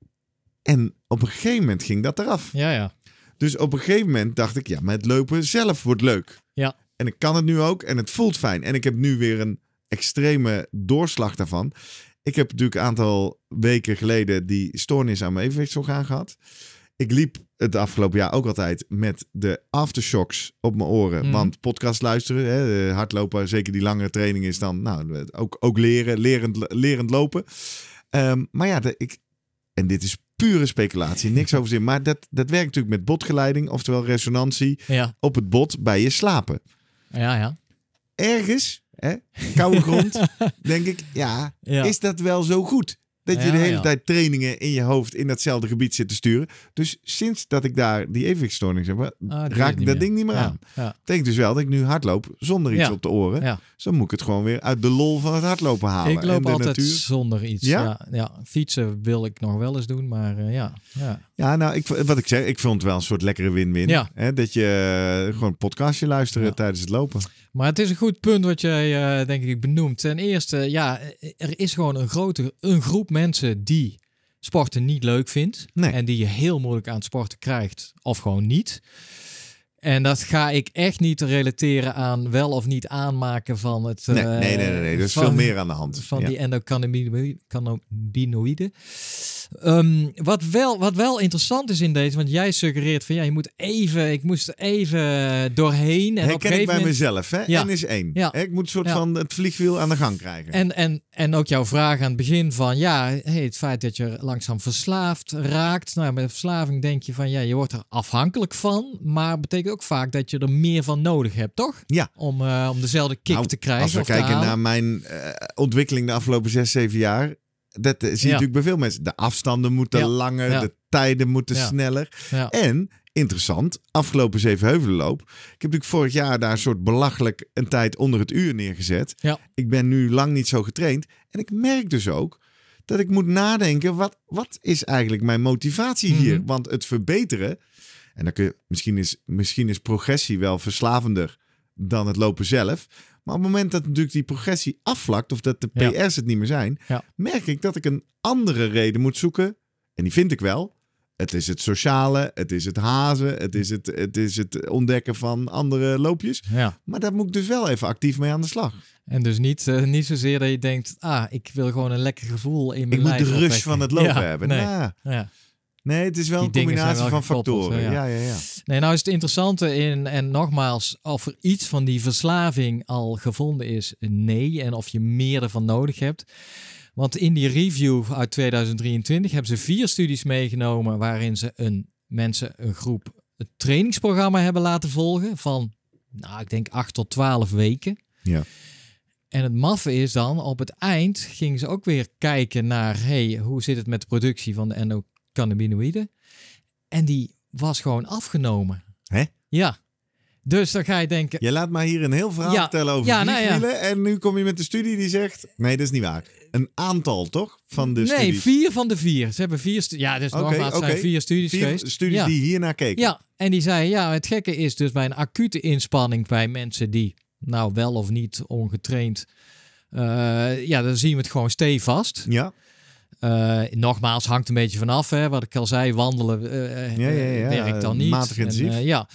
En op een gegeven moment ging dat eraf. Ja, ja. Dus op een gegeven moment dacht ik, ja, maar het lopen zelf wordt leuk. Ja. En ik kan het nu ook en het voelt fijn. En ik heb nu weer een extreme doorslag daarvan. Ik heb natuurlijk een aantal weken geleden die stoornis aan mijn evenwichtsorgaan gehad. Ik liep het afgelopen jaar ook altijd met de aftershocks op mijn oren. Mm. Want podcast luisteren, hè, hardlopen, zeker die langere training is dan nou, ook, ook leren, lerend, lerend lopen. Um, maar ja, de, ik, en dit is pure speculatie, niks over zin. Maar dat, dat werkt natuurlijk met botgeleiding, oftewel resonantie ja. op het bot bij je slapen. Ja, ja. Ergens, hè, koude grond, denk ik, ja, ja, is dat wel zo goed? Dat je ja, de hele ja. tijd trainingen in je hoofd in datzelfde gebied zit te sturen. Dus sinds dat ik daar die evenwichtstoornis heb, ah, raak ik dat ding niet meer ja, aan. Ja. Dat betekent dus wel dat ik nu hardloop zonder iets ja. op de oren. Ja. Dus dan moet ik het gewoon weer uit de lol van het hardlopen halen. Ik loop en de altijd natuur. zonder iets. Ja? Ja, ja. Fietsen wil ik nog wel eens doen, maar uh, ja. ja. Ja, nou, ik, wat ik zeg, ik vond het wel een soort lekkere win-win. Ja. Hè, dat je uh, gewoon een podcastje luisteren ja. tijdens het lopen. Maar het is een goed punt wat jij, uh, denk ik, benoemt. Ten eerste, ja, er is gewoon een grote een groep mensen die sporten niet leuk vindt. Nee. En die je heel moeilijk aan het sporten krijgt. Of gewoon niet. En dat ga ik echt niet relateren aan wel of niet aanmaken van het... Nee, uh, nee, nee, nee, nee. Er is van, veel meer aan de hand. Van ja. die endocannabinoïden. Um, wat, wel, wat wel interessant is in deze, want jij suggereert van ja, je moet even, ik moest er even doorheen. En Herken op een ik bij moment... mezelf, hè? Ja. N is één. Ja. Ik moet een soort ja. van het vliegwiel aan de gang krijgen. En, en, en ook jouw vraag aan het begin van ja, hey, het feit dat je langzaam verslaafd raakt. Nou, met verslaving denk je van ja, je wordt er afhankelijk van, maar betekent ook vaak dat je er meer van nodig hebt, toch? Ja. Om, uh, om dezelfde kick nou, te krijgen. Als we kijken naar mijn uh, ontwikkeling de afgelopen zes, zeven jaar. Dat uh, zie je ja. natuurlijk bij veel mensen. De afstanden moeten ja. langer, ja. de tijden moeten ja. sneller. Ja. En, interessant, afgelopen Zevenheuvelenloop. Ik heb natuurlijk vorig jaar daar een soort belachelijk een tijd onder het uur neergezet. Ja. Ik ben nu lang niet zo getraind. En ik merk dus ook dat ik moet nadenken, wat, wat is eigenlijk mijn motivatie hier? Mm-hmm. Want het verbeteren, en dan kun je, misschien, is, misschien is progressie wel verslavender dan het lopen zelf. Maar op het moment dat natuurlijk die progressie afvlakt, of dat de P R's ja. het niet meer zijn, ja. merk ik dat ik een andere reden moet zoeken. En die vind ik wel. Het is het sociale, het is het hazen, het is het, het, is het ontdekken van andere loopjes. Ja. Maar daar moet ik dus wel even actief mee aan de slag. En dus niet, uh, niet zozeer dat je denkt, ah, ik wil gewoon een lekker gevoel in mijn ik lijf. Ik moet de rush opwekken. van het lopen ja, hebben. Nee. Nou, ja. Nee, het is wel een combinatie van factoren. Ja. Ja, ja, ja. Nee, nou is het interessante in, en nogmaals, of er iets van die verslaving al gevonden is, nee. En of je meer ervan nodig hebt. Want in die review uit tweeduizend drieëntwintig hebben ze vier studies meegenomen waarin ze een mensen, een groep, het trainingsprogramma hebben laten volgen van, nou, ik denk acht tot twaalf weken. Ja. En het maffe is dan, op het eind gingen ze ook weer kijken naar, hey, hoe zit het met de productie van de endocannabinoïden? En die was gewoon afgenomen. Hè? Ja. Dus dan ga je denken... Je laat mij hier een heel verhaal ja, vertellen over ja, vliegwielen. Nou ja. En nu kom je met de studie die zegt... Nee, dat is niet waar. Een aantal, toch? Van de nee, studies. vier van de vier. Ze hebben vier... Stu- ja, dus okay, nogmaals, okay. zijn vier studies vier geweest. studies ja. die hiernaar keken. Ja, en die zeiden... Ja, het gekke is dus bij een acute inspanning bij mensen die... Nou, wel of niet ongetraind... Uh, ja, dan zien we het gewoon stevast. Ja. Uh, nogmaals, hangt een beetje vanaf. Hè, wat ik al zei, wandelen uh, ja, ja, ja. werkt dan niet. Matig intensief. En, uh, ja.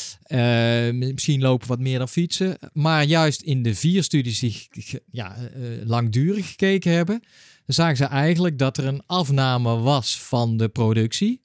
Uh, misschien lopen wat meer dan fietsen. Maar juist in de vier studies die ja, uh, langdurig gekeken hebben... zagen ze eigenlijk dat er een afname was van de productie.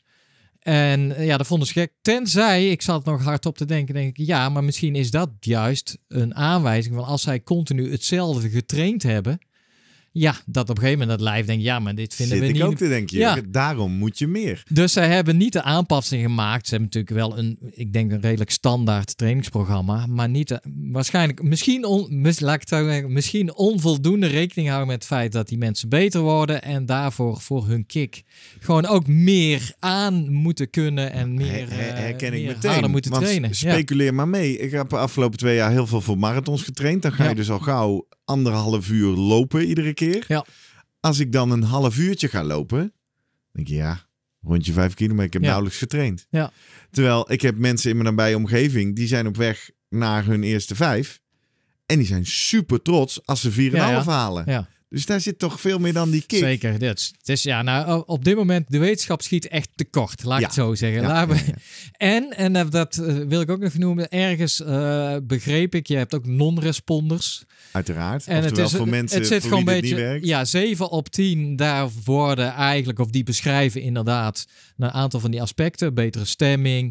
En uh, ja, dat vonden ze gek. Tenzij, ik zat nog hardop te denken, denk ik... ja, maar misschien is dat juist een aanwijzing van... als zij continu hetzelfde getraind hebben... ja, dat op een gegeven moment dat lijf denkt... ja, maar dit vinden Zit we ik niet... ook te denken, ja. Daarom moet je meer. Dus zij hebben niet de aanpassing gemaakt. Ze hebben natuurlijk wel een, ik denk een redelijk standaard trainingsprogramma... maar niet de, waarschijnlijk, misschien, on, mis, laat ik het zo zeggen, misschien onvoldoende rekening houden met het feit... dat die mensen beter worden en daarvoor voor hun kick... gewoon ook meer aan moeten kunnen en meer, Her, herken uh, ik meer meteen, harder moeten want trainen. Speculeer ja. maar mee. Ik heb de afgelopen twee jaar heel veel voor marathons getraind. Dan ga je ja. dus al gauw anderhalf uur lopen iedere keer. Ja. Als ik dan een half uurtje ga lopen, denk je ja, rondje vijf kilometer, ik heb ja. nauwelijks getraind. Ja. Terwijl ik heb mensen in mijn nabije omgeving, die zijn op weg naar hun eerste vijf. En die zijn super trots als ze vier komma vijf ja, ja. halen. Ja. Dus daar zit toch veel meer dan die kick. Zeker. Dit. Dus ja, nou, op dit moment, de wetenschap schiet echt tekort. Laat ik ja. het zo zeggen. Ja, ja, ja. En, en dat uh, wil ik ook nog noemen, ergens uh, begreep ik, je hebt ook non-responders. Uiteraard. En het is voor mensen het zit voor gewoon een beetje, ja, zeven op tien daar worden eigenlijk, of die beschrijven inderdaad een aantal van die aspecten. Betere stemming,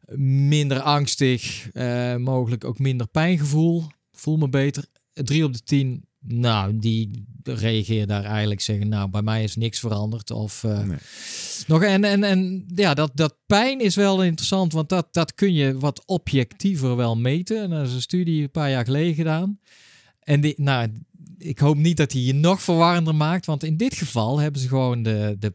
minder angstig, uh, mogelijk ook minder pijngevoel. Voel me beter. Drie op de tien, nou, die reageren daar eigenlijk zeggen, nou, bij mij is niks veranderd. Of uh, nee. nog en, en, en ja, dat, dat pijn is wel interessant, want dat, dat kun je wat objectiever wel meten. En dat is een studie een paar jaar geleden gedaan. En die, nou, ik hoop niet dat hij je nog verwarrender maakt, want in dit geval hebben ze gewoon de, de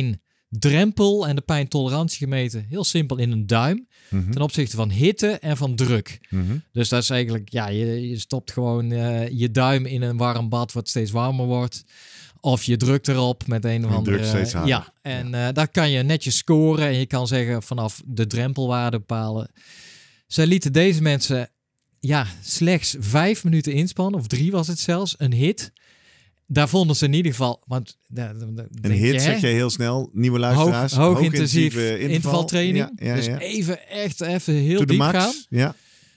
pijndrempel en de pijntolerantie gemeten. Heel simpel in een duim. Mm-hmm. Ten opzichte van hitte en van druk. Mm-hmm. Dus dat is eigenlijk, ja, je, je stopt gewoon uh, je duim in een warm bad wat steeds warmer wordt. Of je drukt erop met een of andere... Uh, ja, en ja. Uh, daar kan je netjes scoren en je kan zeggen vanaf de drempelwaarde bepalen. Zij lieten deze mensen... Ja, slechts vijf minuten inspannen, of drie was het zelfs, een hit. Daar vonden ze in ieder geval... Want, da, da, da, een hit, je, zeg je heel snel, nieuwe luisteraars. Hoog, hoog intensief interval. intervaltraining. Ja, ja, dus ja. even echt even heel to diep gaan. Ja.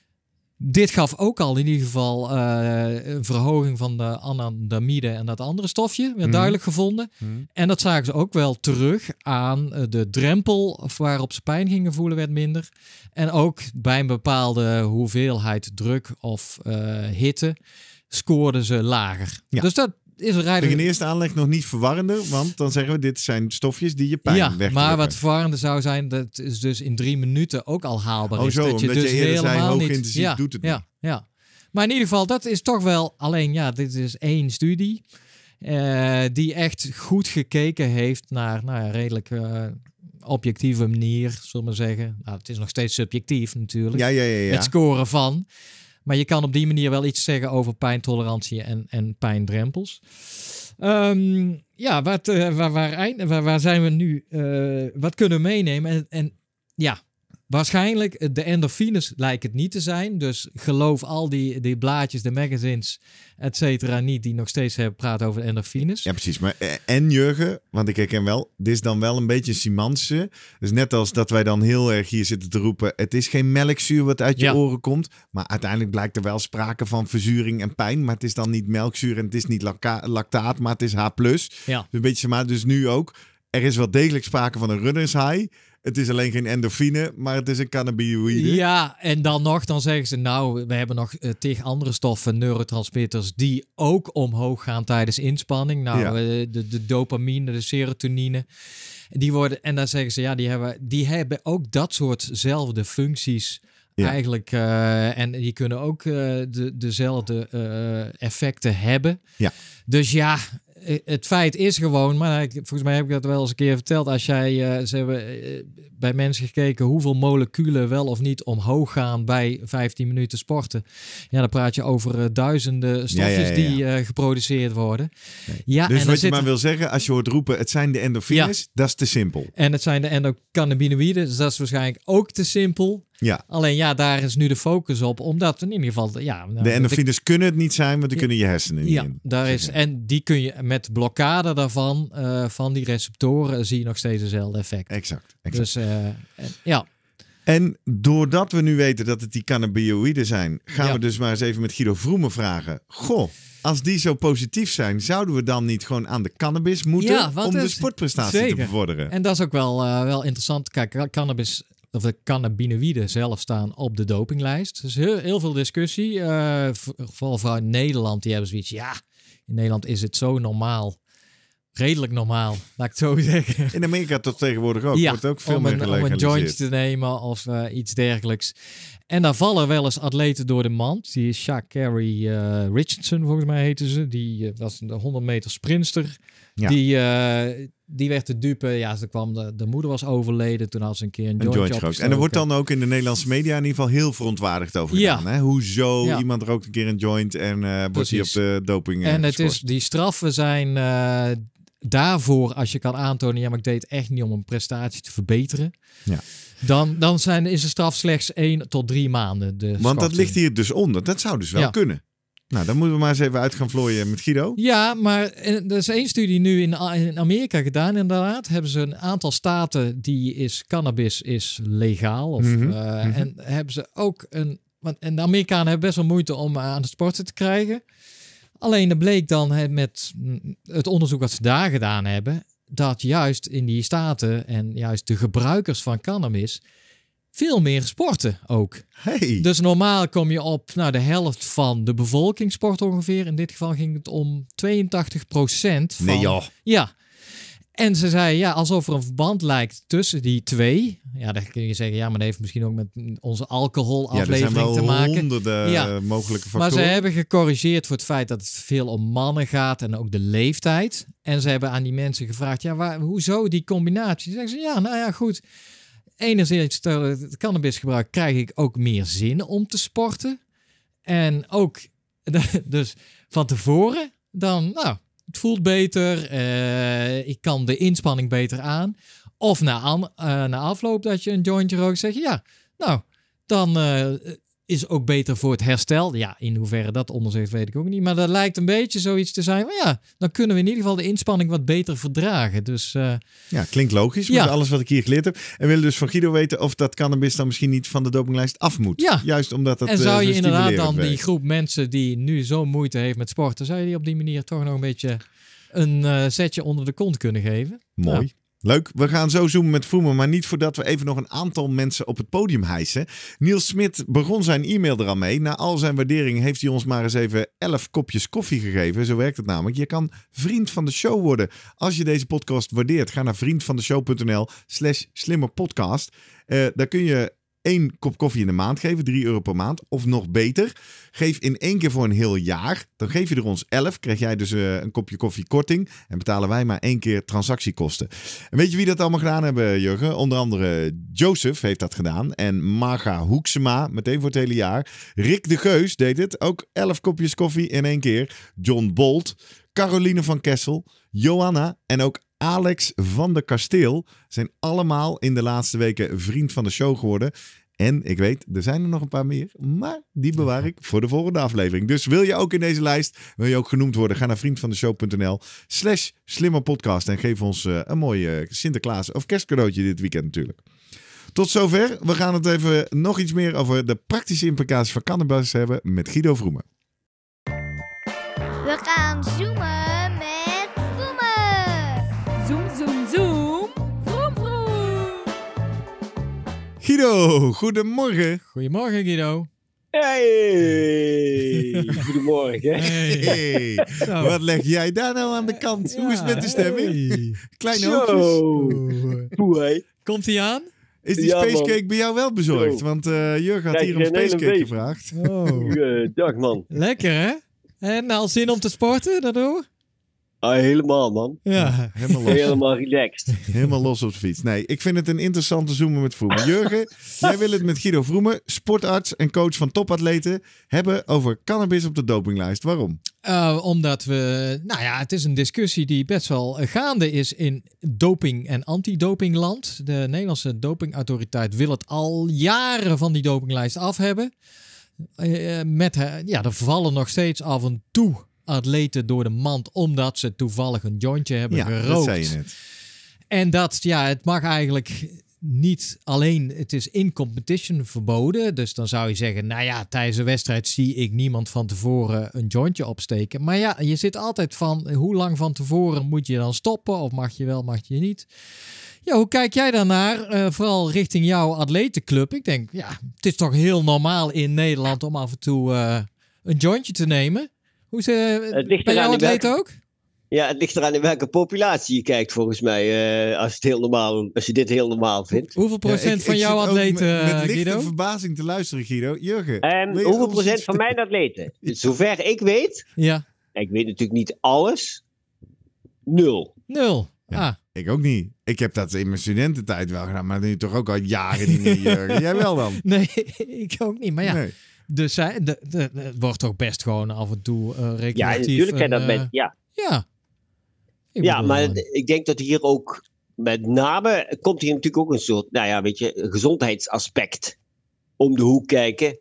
Dit gaf ook al in ieder geval uh, een verhoging van de anandamide en dat andere stofje. Werd mm. duidelijk gevonden. Mm. En dat zagen ze ook wel terug aan uh, de drempel waarop ze pijn gingen voelen werd minder. En ook bij een bepaalde hoeveelheid druk of uh, hitte scoorden ze lager. Ja. Dus dat is er eigenlijk... In eerste aanleg nog niet verwarrender, want dan zeggen we dit zijn stofjes die je pijn ja, wegdrukken. Maar wat verwarrender zou zijn, dat is dus in drie minuten ook al haalbaar. Oh is. zo, dat omdat je, dus je eerder zei hoog intensief ja, doet het ja, niet. Ja, maar in ieder geval, dat is toch wel alleen, ja, dit is één studie uh, die echt goed gekeken heeft naar, nou ja, redelijk uh, objectieve manier, zullen we zeggen. Nou, het is nog steeds subjectief natuurlijk. Ja, ja, ja, ja. Het scoren van. Maar je kan op die manier wel iets zeggen over pijntolerantie en, en pijndrempels. Um, ja, wat, uh, waar, waar, eind, waar, waar zijn we nu? Uh, wat kunnen we meenemen? En, en ja, waarschijnlijk de endorfines lijken het niet te zijn. Dus geloof al die, die blaadjes, de magazines, et cetera, niet die nog steeds hebben praten over de endorfines. Ja, precies. Maar en Jurgen, want ik herken wel, dit is dan wel een beetje Simansche. Dus net als dat wij dan heel erg hier zitten te roepen, het is geen melkzuur wat uit je ja. oren komt. Maar uiteindelijk blijkt er wel sprake van verzuring en pijn. Maar het is dan niet melkzuur en het is niet lacta- lactaat, maar het is H plus. Ja. Dus een beetje, maar dus nu ook. er is wel degelijk sprake van een runners high. Het is alleen geen endorfine, maar het is een cannabinoïde. Ja, en dan nog, dan zeggen ze, nou, we hebben nog uh, tegen andere stoffen, neurotransmitters, die ook omhoog gaan tijdens inspanning. Nou, ja. uh, de, de dopamine, de serotonine, die worden, en dan zeggen ze, ja, die hebben, die hebben ook dat soortzelfde functies. Ja. Eigenlijk, uh, en die kunnen ook uh, de, dezelfde uh, effecten hebben. Ja. Dus ja, het feit is gewoon, maar ik, volgens mij heb ik dat wel eens een keer verteld. Als jij, uh, ze hebben uh, bij mensen gekeken hoeveel moleculen wel of niet omhoog gaan bij vijftien minuten sporten. Ja, dan praat je over uh, duizenden stofjes ja, ja, ja, ja. die uh, geproduceerd worden. Nee. Ja, dus en wat je maar wil zeggen, als je hoort roepen, het zijn de endorfines, ja. dat is te simpel. En het zijn de endocannabinoïden, dus dat is waarschijnlijk ook te simpel. Ja. Alleen ja, daar is nu de focus op, omdat in ieder geval... Ja, nou, de endorfines de, kunnen het niet zijn, want die ja, kunnen je hersenen niet ja, in. Daar is, en die kun je met blokkade daarvan, uh, van die receptoren, zie je nog steeds dezelfde effect. Exact. exact. Dus uh, en, ja. En doordat we nu weten dat het die cannabinoïden zijn, gaan ja. we dus maar eens even met Guido Vroemen vragen. Goh, als die zo positief zijn, zouden we dan niet gewoon aan de cannabis moeten ja, om de sportprestatie zeker. te bevorderen? En dat is ook wel, uh, wel interessant. Kijk, cannabis... of de cannabinoïden zelf staan op de dopinglijst. Dus heel, heel veel discussie. Uh, vooral vanuit Nederland, die hebben zoiets. Ja, in Nederland is het zo normaal. Redelijk normaal, laat ik het zo zeggen. In Amerika tot tegenwoordig ook. Ja, wordt ook veel om meer een, gelegaliseerd. om een joint te nemen of uh, iets dergelijks. En daar vallen wel eens atleten door de mand. Die is Sha'Carri uh, Richardson, volgens mij heette ze. Die uh, was een honderd meter sprinster. Ja. Die, uh, die werd de dupe. Ja, ze kwam de, de moeder was overleden. Toen had ze een keer een, een jointje opgestoken. En er wordt dan ook in de Nederlandse media in ieder geval heel verontwaardigd over gedaan. Ja. Hè? Hoezo ja. iemand rookt een keer een joint en uh, wordt hij op de doping uh, En het geschorst. is, die straffen zijn uh, daarvoor, als je kan aantonen, ja, maar ik deed het echt niet om een prestatie te verbeteren. Ja. Dan, dan zijn, is de straf slechts één tot drie maanden. De Want schorting. dat ligt hier dus onder. Dat zou dus wel ja. kunnen. Nou, dan moeten we maar eens even uit gaan vlooien met Guido. Ja, maar er is één studie nu in, in Amerika gedaan, inderdaad. Hebben ze een aantal staten die is cannabis is legaal. Of, mm-hmm. uh, mm-hmm. En hebben ze ook een... Want en de Amerikanen hebben best wel moeite om aan het sporten te krijgen. Alleen er bleek dan met het onderzoek wat ze daar gedaan hebben, dat juist in die staten en juist de gebruikers van cannabis veel meer sporten ook. Hey. Dus normaal kom je op nou, de helft van de bevolking sport ongeveer. In dit geval ging het om tweeëntachtig procent van... Nee joh. Ja. En ze zei, ja, alsof er een verband lijkt tussen die twee. Ja, dan kun je zeggen, ja, maar dat heeft misschien ook met onze alcoholaflevering ja, te maken. honderden ja. mogelijke factoren. Maar ze hebben gecorrigeerd voor het feit dat het veel om mannen gaat en ook de leeftijd. En ze hebben aan die mensen gevraagd, ja, waar, hoezo die combinatie? Zeggen ze, ja, nou ja, goed. Enerzijds, het cannabisgebruik krijg ik ook meer zin om te sporten. En ook, dus van tevoren, dan, nou, het voelt beter. Uh, ik kan de inspanning beter aan. Of na, an, uh, na afloop dat je een jointje rookt, zeg je, ja, nou, dan uh, is ook beter voor het herstel. Ja, in hoeverre dat onderzocht weet ik ook niet. Maar dat lijkt een beetje zoiets te zijn. Maar ja, dan kunnen we in ieder geval de inspanning wat beter verdragen. Dus, uh, ja, klinkt logisch met ja. alles wat ik hier geleerd heb. En willen dus van Guido weten of dat cannabis dan misschien niet van de dopinglijst af moet. Ja. Juist omdat dat En zou je uh, inderdaad dan werkt. Die groep mensen die nu zo moeite heeft met sporten, zou je die op die manier toch nog een beetje een uh, zetje onder de kont kunnen geven? Mooi. Ja. Leuk, we gaan zo zoomen met Vroemen, maar niet voordat we even nog een aantal mensen op het podium hijsen. Niels Smit begon zijn e-mail er al mee. Na al zijn waardering heeft hij ons maar eens even elf kopjes koffie gegeven. Zo werkt het namelijk. Je kan vriend van de show worden. Als je deze podcast waardeert, ga naar vriendvandeshow.nl slash slimmerpodcast. Uh, daar kun je één kop koffie in de maand geven, drie euro per maand. Of nog beter, geef in één keer voor een heel jaar. Dan geef je er ons elf, krijg jij dus uh, een kopje koffie korting. En betalen wij maar één keer transactiekosten. En weet je wie dat allemaal gedaan hebben, Jurgen? Onder andere Joseph heeft dat gedaan. En Marga Hoeksema, meteen voor het hele jaar. Rick de Geus deed het, ook elf kopjes koffie in één keer. John Bolt, Caroline van Kessel, Johanna en ook Alex van der Kasteel zijn allemaal in de laatste weken vriend van de show geworden. En ik weet, er zijn er nog een paar meer, maar die bewaar ik voor de volgende aflevering. Dus wil je ook in deze lijst, wil je ook genoemd worden, ga naar vriendvandeshow.nl slash slimmerpodcast en geef ons uh, een mooi uh, Sinterklaas of kerstcadeautje dit weekend natuurlijk. Tot zover. We gaan het even nog iets meer over de praktische implicaties van cannabis hebben met Guido Vroemen. We gaan zoomen met Vroemen. Zoom, zoom, zoom. Guido, goedemorgen. Goedemorgen, Guido. Hey, goedemorgen. Hey. Hey. Wat leg jij daar nou aan de kant? Ja, hoe is het met de stemming? Hey. Kleine oogjes. Komt hij aan? Is die ja, spacecake man. bij jou wel bezorgd? Want uh, Jurgen had Kijk, hier om spacecake gevraagd. Oh. Goeiedag, man. Lekker, hè? En al zin om te sporten daardoor? Ah, helemaal, man. Ja. Helemaal los. Helemaal relaxed. Helemaal los op de fiets. Nee, ik vind het een interessante zoomen met Vroemen. Jurgen, jij wil het met Guido Vroemen, sportarts en coach van topatleten, hebben over cannabis op de dopinglijst. Waarom? Uh, omdat we, nou ja, het is een discussie die best wel gaande is in doping- en antidopingland. De Nederlandse dopingautoriteit wil het al jaren van die dopinglijst af hebben. Uh, met, uh, ja, er vallen nog steeds af en toe atleten door de mand omdat ze toevallig een jointje hebben ja, gerookt. Dat zei je net. En dat, ja, het mag eigenlijk niet alleen, het is in competition verboden. Dus dan zou je zeggen, nou ja, tijdens een wedstrijd zie ik niemand van tevoren een jointje opsteken. Maar ja, je zit altijd van, hoe lang van tevoren moet je dan stoppen? Of mag je wel, mag je niet? Ja, hoe kijk jij daarnaar? Uh, vooral richting jouw atletenclub. Ik denk, ja, het is toch heel normaal in Nederland om af en toe uh, een jointje te nemen. Hoe is het bij jouw atleet welke, ook? Ja, het ligt eraan in welke populatie je kijkt, volgens mij. Uh, als, het heel normaal, als je dit heel normaal vindt. Hoeveel procent ja, ik, van ik jouw atleten, met, met lichte Guido? verbazing te luisteren, Guido. Jurgen. Um, hoeveel procent van mijn atleten? Zover ik weet. Ja. Ik weet natuurlijk niet alles. Nul. Nul. Ja, ah. Ik ook niet. Ik heb dat in mijn studententijd wel gedaan, maar nu toch ook al jaren niet meer, Jurgen. Jij wel dan? Nee, ik ook niet. Maar ja... Nee. Dus de, de, de, het wordt toch best gewoon af en toe uh, recreatief. Ja, natuurlijk zijn dat uh, met, ja. Ja, ja maar uh, ik denk dat hier ook, met name, komt hier natuurlijk ook een soort, nou ja, weet je, gezondheidsaspect om de hoek kijken.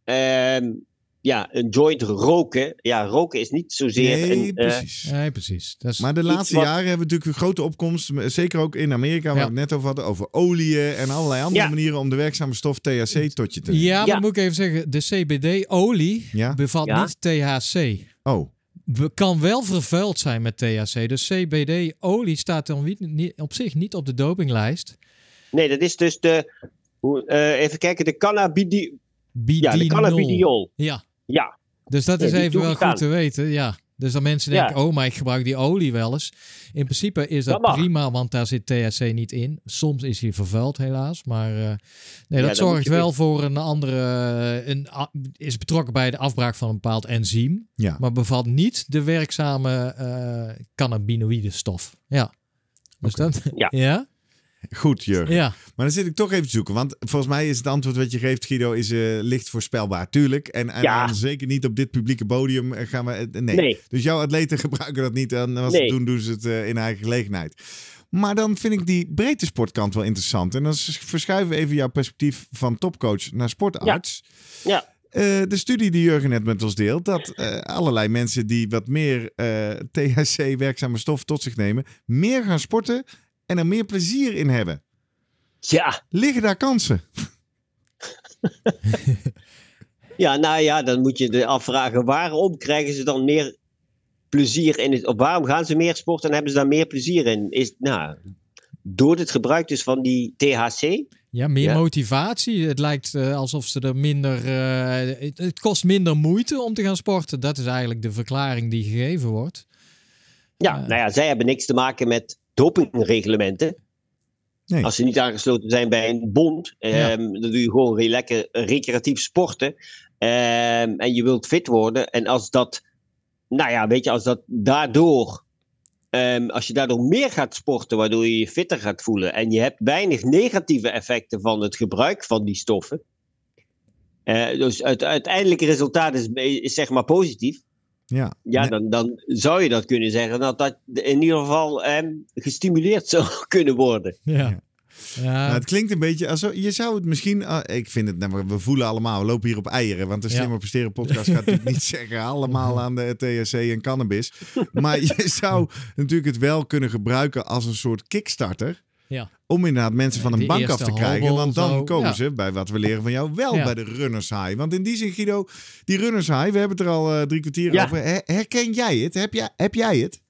Um, ja, een joint roken. Ja, roken is niet zozeer... Nee, een, uh, precies. Nee, precies. Dat is maar de laatste wat... jaren hebben we natuurlijk een grote opkomst, zeker ook in Amerika, waar ja. we het net over hadden, over oliën en allerlei andere ja. manieren om de werkzame stof T H C tot je te nemen. Ja, maar ja. moet ik even zeggen, de C B D-olie ja? bevat ja? niet T H C. Oh. We kan wel vervuild zijn met T H C. Dus C B D-olie staat dan niet, niet, op zich niet op de dopinglijst. Nee, dat is dus de... Uh, even kijken, de cannabidi... Ja, de cannabidiol. Ja. Ja. Dus dat is ja, even wel goed te weten, ja. Dus dan mensen denken, ja. oh, maar ik gebruik die olie wel eens. In principe is dat, dat prima, want daar zit T H C niet in. Soms is hij vervuild, helaas. Maar uh, nee, dat ja, zorgt wel weer... voor een andere... Een, is betrokken bij de afbraak van een bepaald enzym. Ja. Maar bevat niet de werkzame uh, cannabinoïde stof. Ja. Dus okay. dat... Ja. ja? Goed, Jurgen. Ja. Maar dan zit ik toch even te zoeken. Want volgens mij is het antwoord wat je geeft, Guido, is uh, licht voorspelbaar. Tuurlijk. En, en ja. dan zeker niet op dit publieke podium gaan we... Uh, nee. nee. Dus jouw atleten gebruiken dat niet. En als nee. ze doen, doen ze het uh, in eigen gelegenheid. Maar dan vind ik die breedte sportkant wel interessant. En dan verschuiven we even jouw perspectief van topcoach naar sportarts. Ja. ja. Uh, de studie die Jurgen net met ons deelt, dat uh, allerlei mensen die wat meer uh, T H C-werkzame stof tot zich nemen, meer gaan sporten en er meer plezier in hebben. Ja. Liggen daar kansen? Ja, nou ja, dan moet je je afvragen, waarom krijgen ze dan meer plezier in het... Of waarom gaan ze meer sporten en hebben ze daar meer plezier in? Is, nou, door het gebruik dus van die T H C... Ja, meer ja. motivatie. Het lijkt uh, alsof ze er minder... Uh, het, het kost minder moeite om te gaan sporten. Dat is eigenlijk de verklaring die gegeven wordt. Ja, uh, nou ja, zij hebben niks te maken met dopingreglementen. Nee. Als ze niet aangesloten zijn bij een bond, ja. um, dan doe je gewoon re- lekker recreatief sporten. Um, en je wilt fit worden. En als dat, nou ja, weet je, als dat daardoor, um, als je daardoor meer gaat sporten, waardoor je je fitter gaat voelen. En je hebt weinig negatieve effecten van het gebruik van die stoffen. Uh, dus het uiteindelijke resultaat is, is zeg maar positief. Ja, ja dan, dan zou je dat kunnen zeggen dat dat in ieder geval eh, gestimuleerd zou kunnen worden. Ja. Ja. Nou, het klinkt een beetje alsof je zou het misschien. Uh, ik vind het, nou, we voelen allemaal, we lopen hier op eieren. Want de Slimmer Presteren podcast gaat natuurlijk niet zeggen allemaal aan de T H C en cannabis. Maar je zou natuurlijk het wel kunnen gebruiken als een soort kickstarter. Ja. Om inderdaad mensen van een bank af te krijgen. Want dan zo. komen ja. ze bij wat we leren van jou wel ja. bij de runners high. Want in die zin, Guido, die runners high, we hebben het er al uh, drie kwartier ja. over. Her- herken jij het? Heb jij, heb jij het?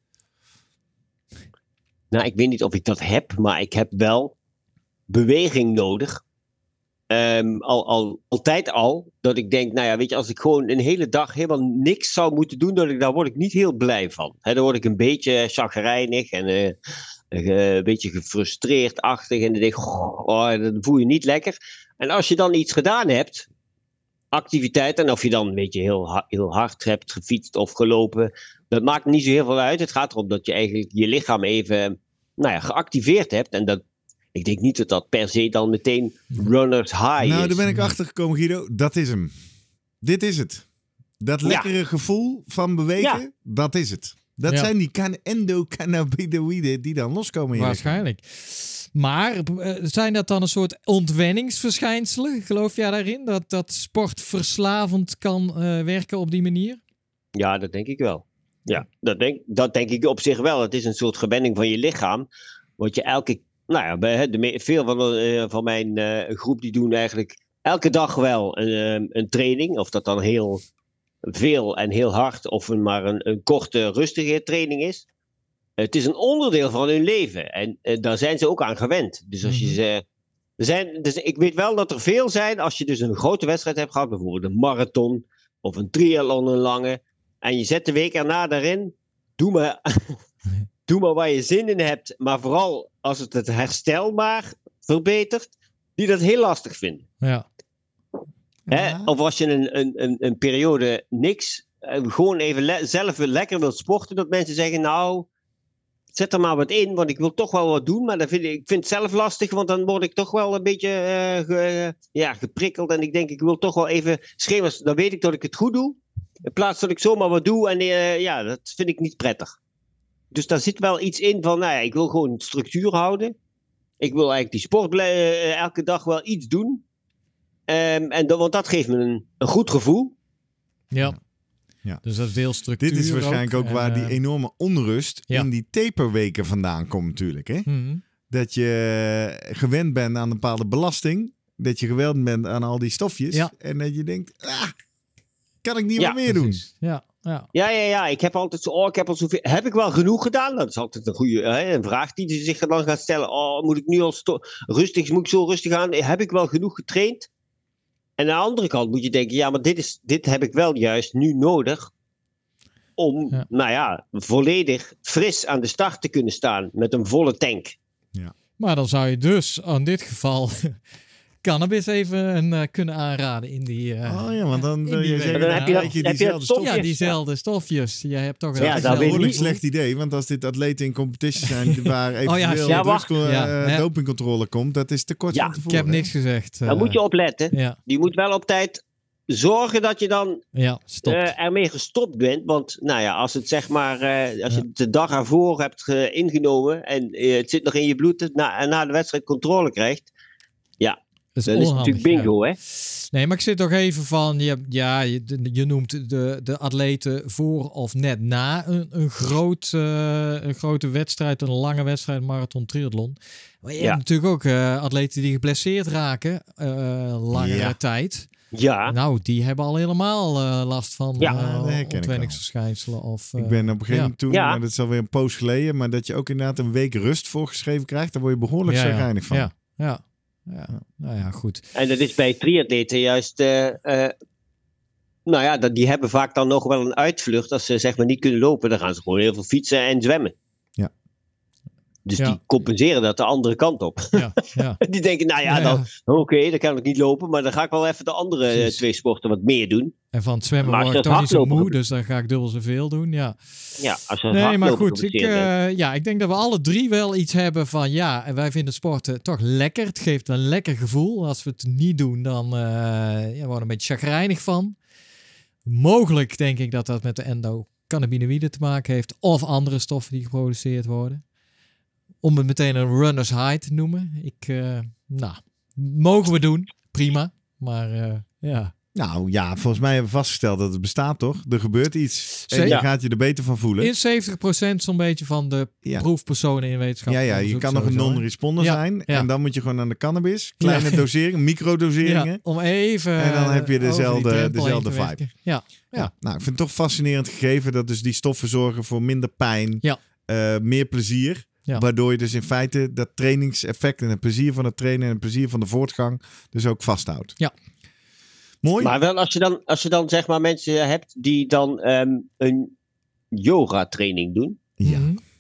Nou, ik weet niet of ik dat heb, maar ik heb wel beweging nodig Um, al, al, altijd al, dat ik denk, nou ja, weet je, als ik gewoon een hele dag helemaal niks zou moeten doen, dat ik, daar word ik niet heel blij van. He, dan word ik een beetje chagrijnig en uh, uh, een beetje gefrustreerd-achtig en dan denk ik, oh, oh, dan voel je niet lekker. En als je dan iets gedaan hebt, activiteit, en of je dan een beetje heel, heel hard hebt gefietst of gelopen, dat maakt niet zo heel veel uit. Het gaat erom dat je eigenlijk je lichaam even, nou ja, geactiveerd hebt en dat ik denk niet dat dat per se dan meteen runners high is. Nou, daar ben ik achter gekomen, Guido. Dat is hem. Dit is het. Dat lekkere ja. gevoel van bewegen, ja. dat is het. Dat ja. zijn die endocannabinoïden die dan loskomen. In Waarschijnlijk. Maar zijn dat dan een soort ontwenningsverschijnselen? Geloof jij daarin? Dat, dat sport verslavend kan uh, werken op die manier? Ja, dat denk ik wel. Ja, dat denk, dat denk ik op zich wel. Het is een soort gewenning van je lichaam. Wat je elke Nou ja, bij de, veel van, uh, van mijn uh, groep die doen eigenlijk elke dag wel een, een training. Of dat dan heel veel en heel hard of een, maar een, een korte rustige training is. Het is een onderdeel van hun leven. En uh, daar zijn ze ook aan gewend. Dus als je ze... Er zijn, dus ik weet wel dat er veel zijn als je dus een grote wedstrijd hebt gehad. Bijvoorbeeld een marathon of een triathlon een lange. En je zet de week erna daarin. Doe maar... Doe maar waar je zin in hebt, maar vooral als het het herstel maar verbetert, die dat heel lastig vinden. Ja. Hè? Ja. Of als je een, een, een, een periode niks, gewoon even le- zelf lekker wilt sporten, dat mensen zeggen, nou, zet er maar wat in, want ik wil toch wel wat doen, maar dat vind ik, ik vind het zelf lastig, want dan word ik toch wel een beetje uh, ge, ja, geprikkeld en ik denk, ik wil toch wel even schema's, dan weet ik dat ik het goed doe, in plaats dat ik zomaar wat doe en uh, ja, dat vind ik niet prettig. Dus daar zit wel iets in van, nou ja, ik wil gewoon structuur houden. Ik wil eigenlijk die sport uh, elke dag wel iets doen. Um, en dat, want dat geeft me een, een goed gevoel. Ja. ja, dus dat is deel structuur. Dit is waarschijnlijk ook, ook waar uh, die enorme onrust ja. in die taperweken vandaan komt natuurlijk. Hè? Mm-hmm. Dat je gewend bent aan een bepaalde belasting. Dat je gewend bent aan al die stofjes. Ja. En dat je denkt, ah, kan ik niet ja, meer doen. Ja. Ja. Ja, ja, ja. Ik heb altijd zo, oh, ik heb al zoveel. Heb ik wel genoeg gedaan? Dat is altijd een goede hè, een vraag die ze zich dan gaat stellen. Oh, moet ik nu al sto- rustig, moet ik zo rustig aan? Heb ik wel genoeg getraind? En aan de andere kant moet je denken, ja, maar dit, is, dit heb ik wel juist nu nodig om, ja. nou ja, volledig fris aan de start te kunnen staan met een volle tank. Ja. Maar dan zou je dus in dit geval cannabis even uh, kunnen aanraden in die... Uh, oh ja, want dan, die je zeggen, dan heb je, dat, je heb diezelfde stofjes. Ja, diezelfde stofjes. Je hebt toch ja, dat is een niet slecht idee, want als dit atleten in competitie zijn waar eventueel oh ja, drugs, uh, ja, dopingcontrole komt, dat is te kort ja, van tevoren. Ik heb niks gezegd. Uh, dan moet je opletten. Ja. Je moet wel op tijd zorgen dat je dan ja, uh, ermee gestopt bent. Want nou ja, als het zeg maar, uh, als ja. je het de dag ervoor hebt uh, ingenomen en uh, het zit nog in je bloed en na, na de wedstrijd controle krijgt, ja. Dat is, dat is natuurlijk bingo, ja. hè? Nee, maar ik zit toch even van... Je, ja, je, je noemt de, de atleten voor of net na een, een, groot, uh, een grote wedstrijd. Een lange wedstrijd, marathon, triathlon. Maar je ja. hebt natuurlijk ook uh, atleten die geblesseerd raken. Uh, langere ja. tijd. Ja. Nou, die hebben al helemaal uh, last van ja. uh, ontwenningsverschijnselen. Of, uh, ik ben op een gegeven moment ja. toen, ja. dat is alweer een poos geleden... maar dat je ook inderdaad een week rust voorgeschreven krijgt... daar word je behoorlijk ja, chagrijnig van. Ja, ja. Ja, nou ja, goed. En dat is bij triatleten juist... Uh, uh, nou ja, dat, die hebben vaak dan nog wel een uitvlucht. Als ze zeg maar niet kunnen lopen, dan gaan ze gewoon heel veel fietsen en zwemmen. Ja. Dus ja. die compenseren dat de andere kant op. Ja, ja. Die denken, nou ja, ja, dan, oké, okay, dan kan ik niet lopen. Maar dan ga ik wel even de andere uh, twee sporten wat meer doen. En van het zwemmen word ik toch niet zo moe, dus dan ga ik dubbel zoveel doen. Ja, ja als je nee, maar goed. Ik, uh, ja, ik denk dat we alle drie wel iets hebben van ja, en wij vinden sporten toch lekker. Het geeft een lekker gevoel. Als we het niet doen, dan uh, ja, worden we een beetje chagrijnig van. Mogelijk denk ik dat dat met de endocannabinoïden te maken heeft. Of andere stoffen die geproduceerd worden. Om het meteen een runner's high te noemen. Ik, uh, nou, mogen we doen. Prima. Maar uh, ja... Nou ja, volgens mij hebben we vastgesteld dat het bestaat, toch? Er gebeurt iets en je ja. gaat je er beter van voelen. In zeventig procent zo'n beetje van de ja. proefpersonen in wetenschap. Ja, ja, je kan nog een non-responder ja. zijn. Ja. En dan moet je gewoon aan de cannabis. Kleine ja. doseringen, microdoseringen. Ja, om even... En dan heb je dezelfde, dezelfde vibe. Ja. Ja. Nou, ik vind het toch fascinerend gegeven dat dus die stoffen zorgen voor minder pijn. Ja. Uh, meer plezier. Ja. Waardoor je dus in feite dat trainingseffect en het plezier van het trainen en het plezier van de voortgang dus ook vasthoudt. Ja. Mooi. Maar wel als je dan, als je dan zeg maar mensen hebt die dan um, een yoga training doen. Ja.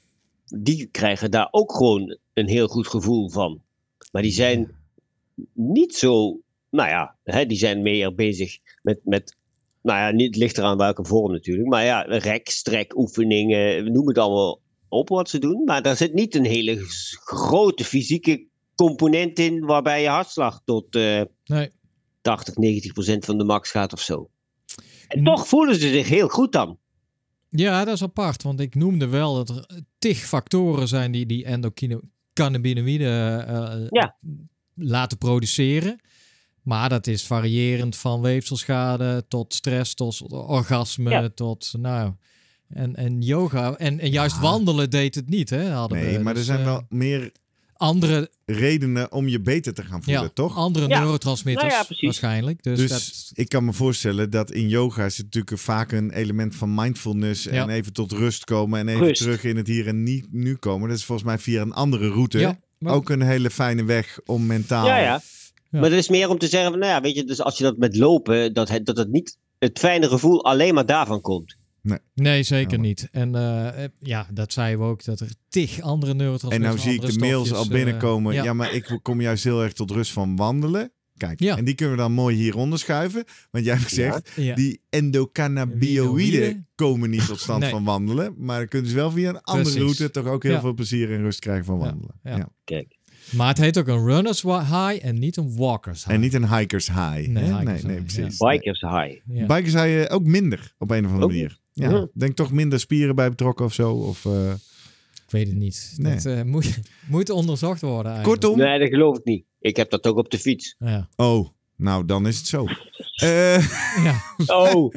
Die krijgen daar ook gewoon een heel goed gevoel van. Maar die zijn ja. niet zo, nou ja, hè, die zijn meer bezig met, met nou ja, niet, het ligt eraan welke vorm natuurlijk. Maar ja, rek, strek, oefeningen, noem het allemaal op wat ze doen. Maar daar zit niet een hele grote fysieke component in waarbij je hartslag tot uh, nee. tachtig, negentig procent van de max gaat of zo. En hm. toch voelen ze zich heel goed dan. Ja, dat is apart. Want ik noemde wel dat er tig factoren zijn die die endocannabinoïden uh, ja. laten produceren. Maar dat is variërend van weefselschade tot stress, tot orgasme, ja. tot nou... En, en yoga, en, en juist ja. wandelen deed het niet, hè? Hadden nee, we. maar dus, er zijn uh, wel meer andere redenen om je beter te gaan voelen, ja, toch? Andere ja. neurotransmitters nou ja, waarschijnlijk. Dus, dus dat... ik kan me voorstellen dat in yoga zit natuurlijk vaak een element van mindfulness ja. en even tot rust komen en even rust. terug in het hier en niet nu komen. Dat is volgens mij via een andere route ja, maar... ook een hele fijne weg om mentaal... Ja, ja. Ja. Maar dat is meer om te zeggen, van, nou ja, weet je, dus als je dat met lopen, dat het, dat het niet het fijne gevoel alleen maar daarvan komt. Nee, nee zeker ja, niet. En uh, ja, dat zeiden we ook, dat er tig andere neurotransmitters... En nou zie ik de mails stofjes, al binnenkomen. Uh, ja. ja, maar ik kom juist heel erg tot rust van wandelen. Kijk, ja. en die kunnen we dan mooi hieronder schuiven. Want jij hebt gezegd, ja. die endocannabinoïden komen niet tot stand nee. van wandelen. Maar dan kunnen ze wel via een andere Precies. route toch ook heel ja. veel plezier en rust krijgen van wandelen. Ja. Ja. Ja. Kijk. Maar het heet ook een runners high en niet een walkers high. En niet een hikers high. Nee, nee, hikers nee, high, precies. Ja. Bikers high. Ja. Bikers high ook minder op een of andere ook? manier. Ja. Ja. Denk toch minder spieren bij betrokken of zo? Of, uh... Ik weet het niet. Nee. Dat uh, moet, moet onderzocht worden eigenlijk. Kortom. Nee, dat geloof ik niet. Ik heb dat ook op de fiets. Ja. Oh, nou dan is het zo. Uh, ja. Oh.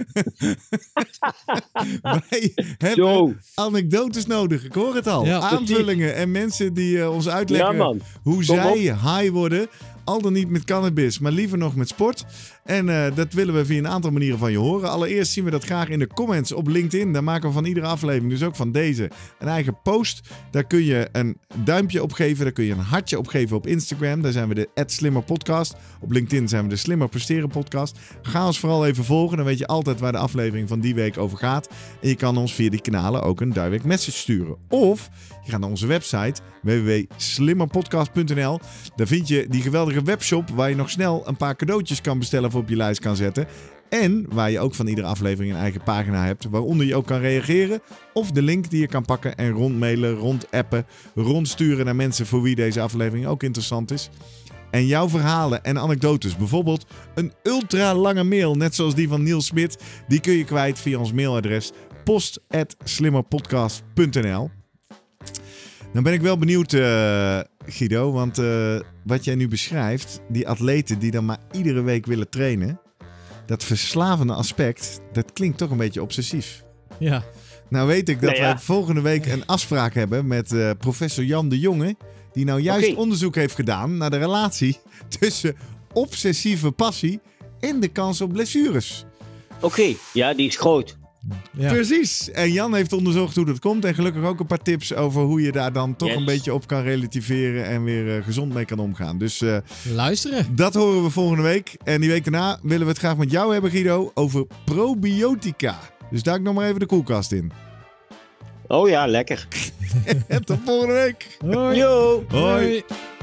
Wij hebben zo. anekdotes nodig. Ik hoor het al. Ja, aanvullingen precies. En mensen die uh, ons uitleggen ja, hoe Kom zij op. high worden. Al dan niet met cannabis, maar liever nog met sport. En uh, dat willen we via een aantal manieren van je horen. Allereerst zien we dat graag in de comments op LinkedIn. Daar maken we van iedere aflevering, dus ook van deze, een eigen post. Daar kun je een duimpje op geven. Daar kun je een hartje op geven op Instagram. Daar zijn we de at Slimmer Podcast. Op LinkedIn zijn we de Slimmer Presteren Podcast. Ga ons vooral even volgen. Dan weet je altijd waar de aflevering van die week over gaat. En je kan ons via die kanalen ook een direct message sturen. Of je gaat naar onze website w w w punt slimmerpodcast punt n l. Daar vind je die geweldige webshop waar je nog snel een paar cadeautjes kan bestellen of op je lijst kan zetten. En waar je ook van iedere aflevering een eigen pagina hebt waaronder je ook kan reageren. Of de link die je kan pakken en rondmailen, rondappen, rondsturen naar mensen voor wie deze aflevering ook interessant is. En jouw verhalen en anekdotes, bijvoorbeeld een ultra lange mail, net zoals die van Niels Smit, die kun je kwijt via ons mailadres post at slimmerpodcast punt n l. Dan ben ik wel benieuwd, uh, Guido, want uh, wat jij nu beschrijft, die atleten die dan maar iedere week willen trainen, dat verslavende aspect, dat klinkt toch een beetje obsessief. Ja. Nou weet ik dat nee, ja. wij volgende week een afspraak hebben met uh, professor Jan de Jonge, die nou juist okay. onderzoek heeft gedaan naar de relatie tussen obsessieve passie en de kans op blessures. Oké, okay. ja, die is groot. Ja. Precies. En Jan heeft onderzocht hoe dat komt. En gelukkig ook een paar tips over hoe je daar dan toch yes. een beetje op kan relativeren. En weer uh, gezond mee kan omgaan. Dus uh, luisteren. Dat horen we volgende week. En die week daarna willen we het graag met jou hebben, Guido, over probiotica. Dus duik nog maar even de koelkast in. Oh ja, lekker. Tot volgende week. Hoi. Yo. Hoi. Hoi.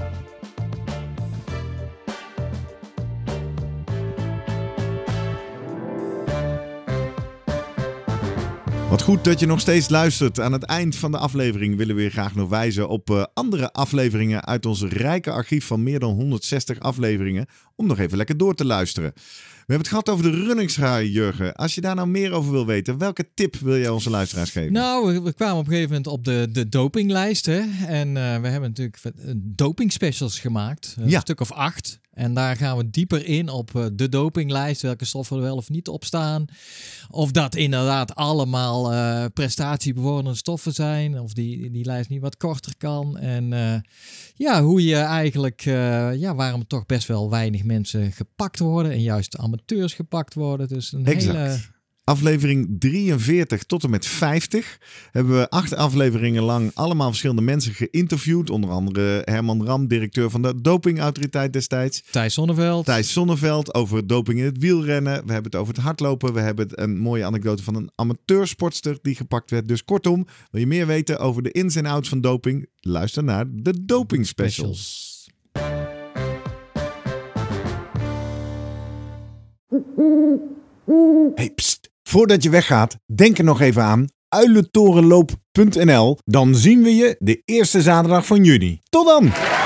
Wat goed dat je nog steeds luistert. Aan het eind van de aflevering willen we je graag nog wijzen op uh, andere afleveringen uit ons rijke archief van meer dan honderdzestig afleveringen. Om nog even lekker door te luisteren. We hebben het gehad over de runningshigh, Jurgen. Als je daar nou meer over wil weten, welke tip wil jij onze luisteraars geven? Nou, we, we kwamen op een gegeven moment op de, de dopinglijst. Hè? En uh, we hebben natuurlijk doping specials gemaakt. Een ja. stuk of acht. En daar gaan we dieper in op uh, de dopinglijst. Welke stoffen er wel of niet op staan. Of dat inderdaad allemaal uh, prestatiebevorderende stoffen zijn. Of die, die lijst niet wat korter kan. En uh, ja, hoe je eigenlijk... Uh, ja, waarom toch best wel weinig mensen gepakt worden. En juist amateurs gepakt worden. Dus een exact. hele... aflevering drieënveertig tot en met vijftig hebben we acht afleveringen lang allemaal verschillende mensen geïnterviewd. Onder andere Herman Ram, directeur van de dopingautoriteit destijds. Thijs Sonneveld. Thijs Sonneveld over doping in het wielrennen. We hebben het over het hardlopen. We hebben een mooie anekdote van een amateursportster die gepakt werd. Dus kortom, wil je meer weten over de ins en outs van doping? Luister naar de Doping Specials. Hey, pst. Voordat je weggaat, denk er nog even aan uilentorenloop punt n l. Dan zien we je de eerste zaterdag van juni. Tot dan!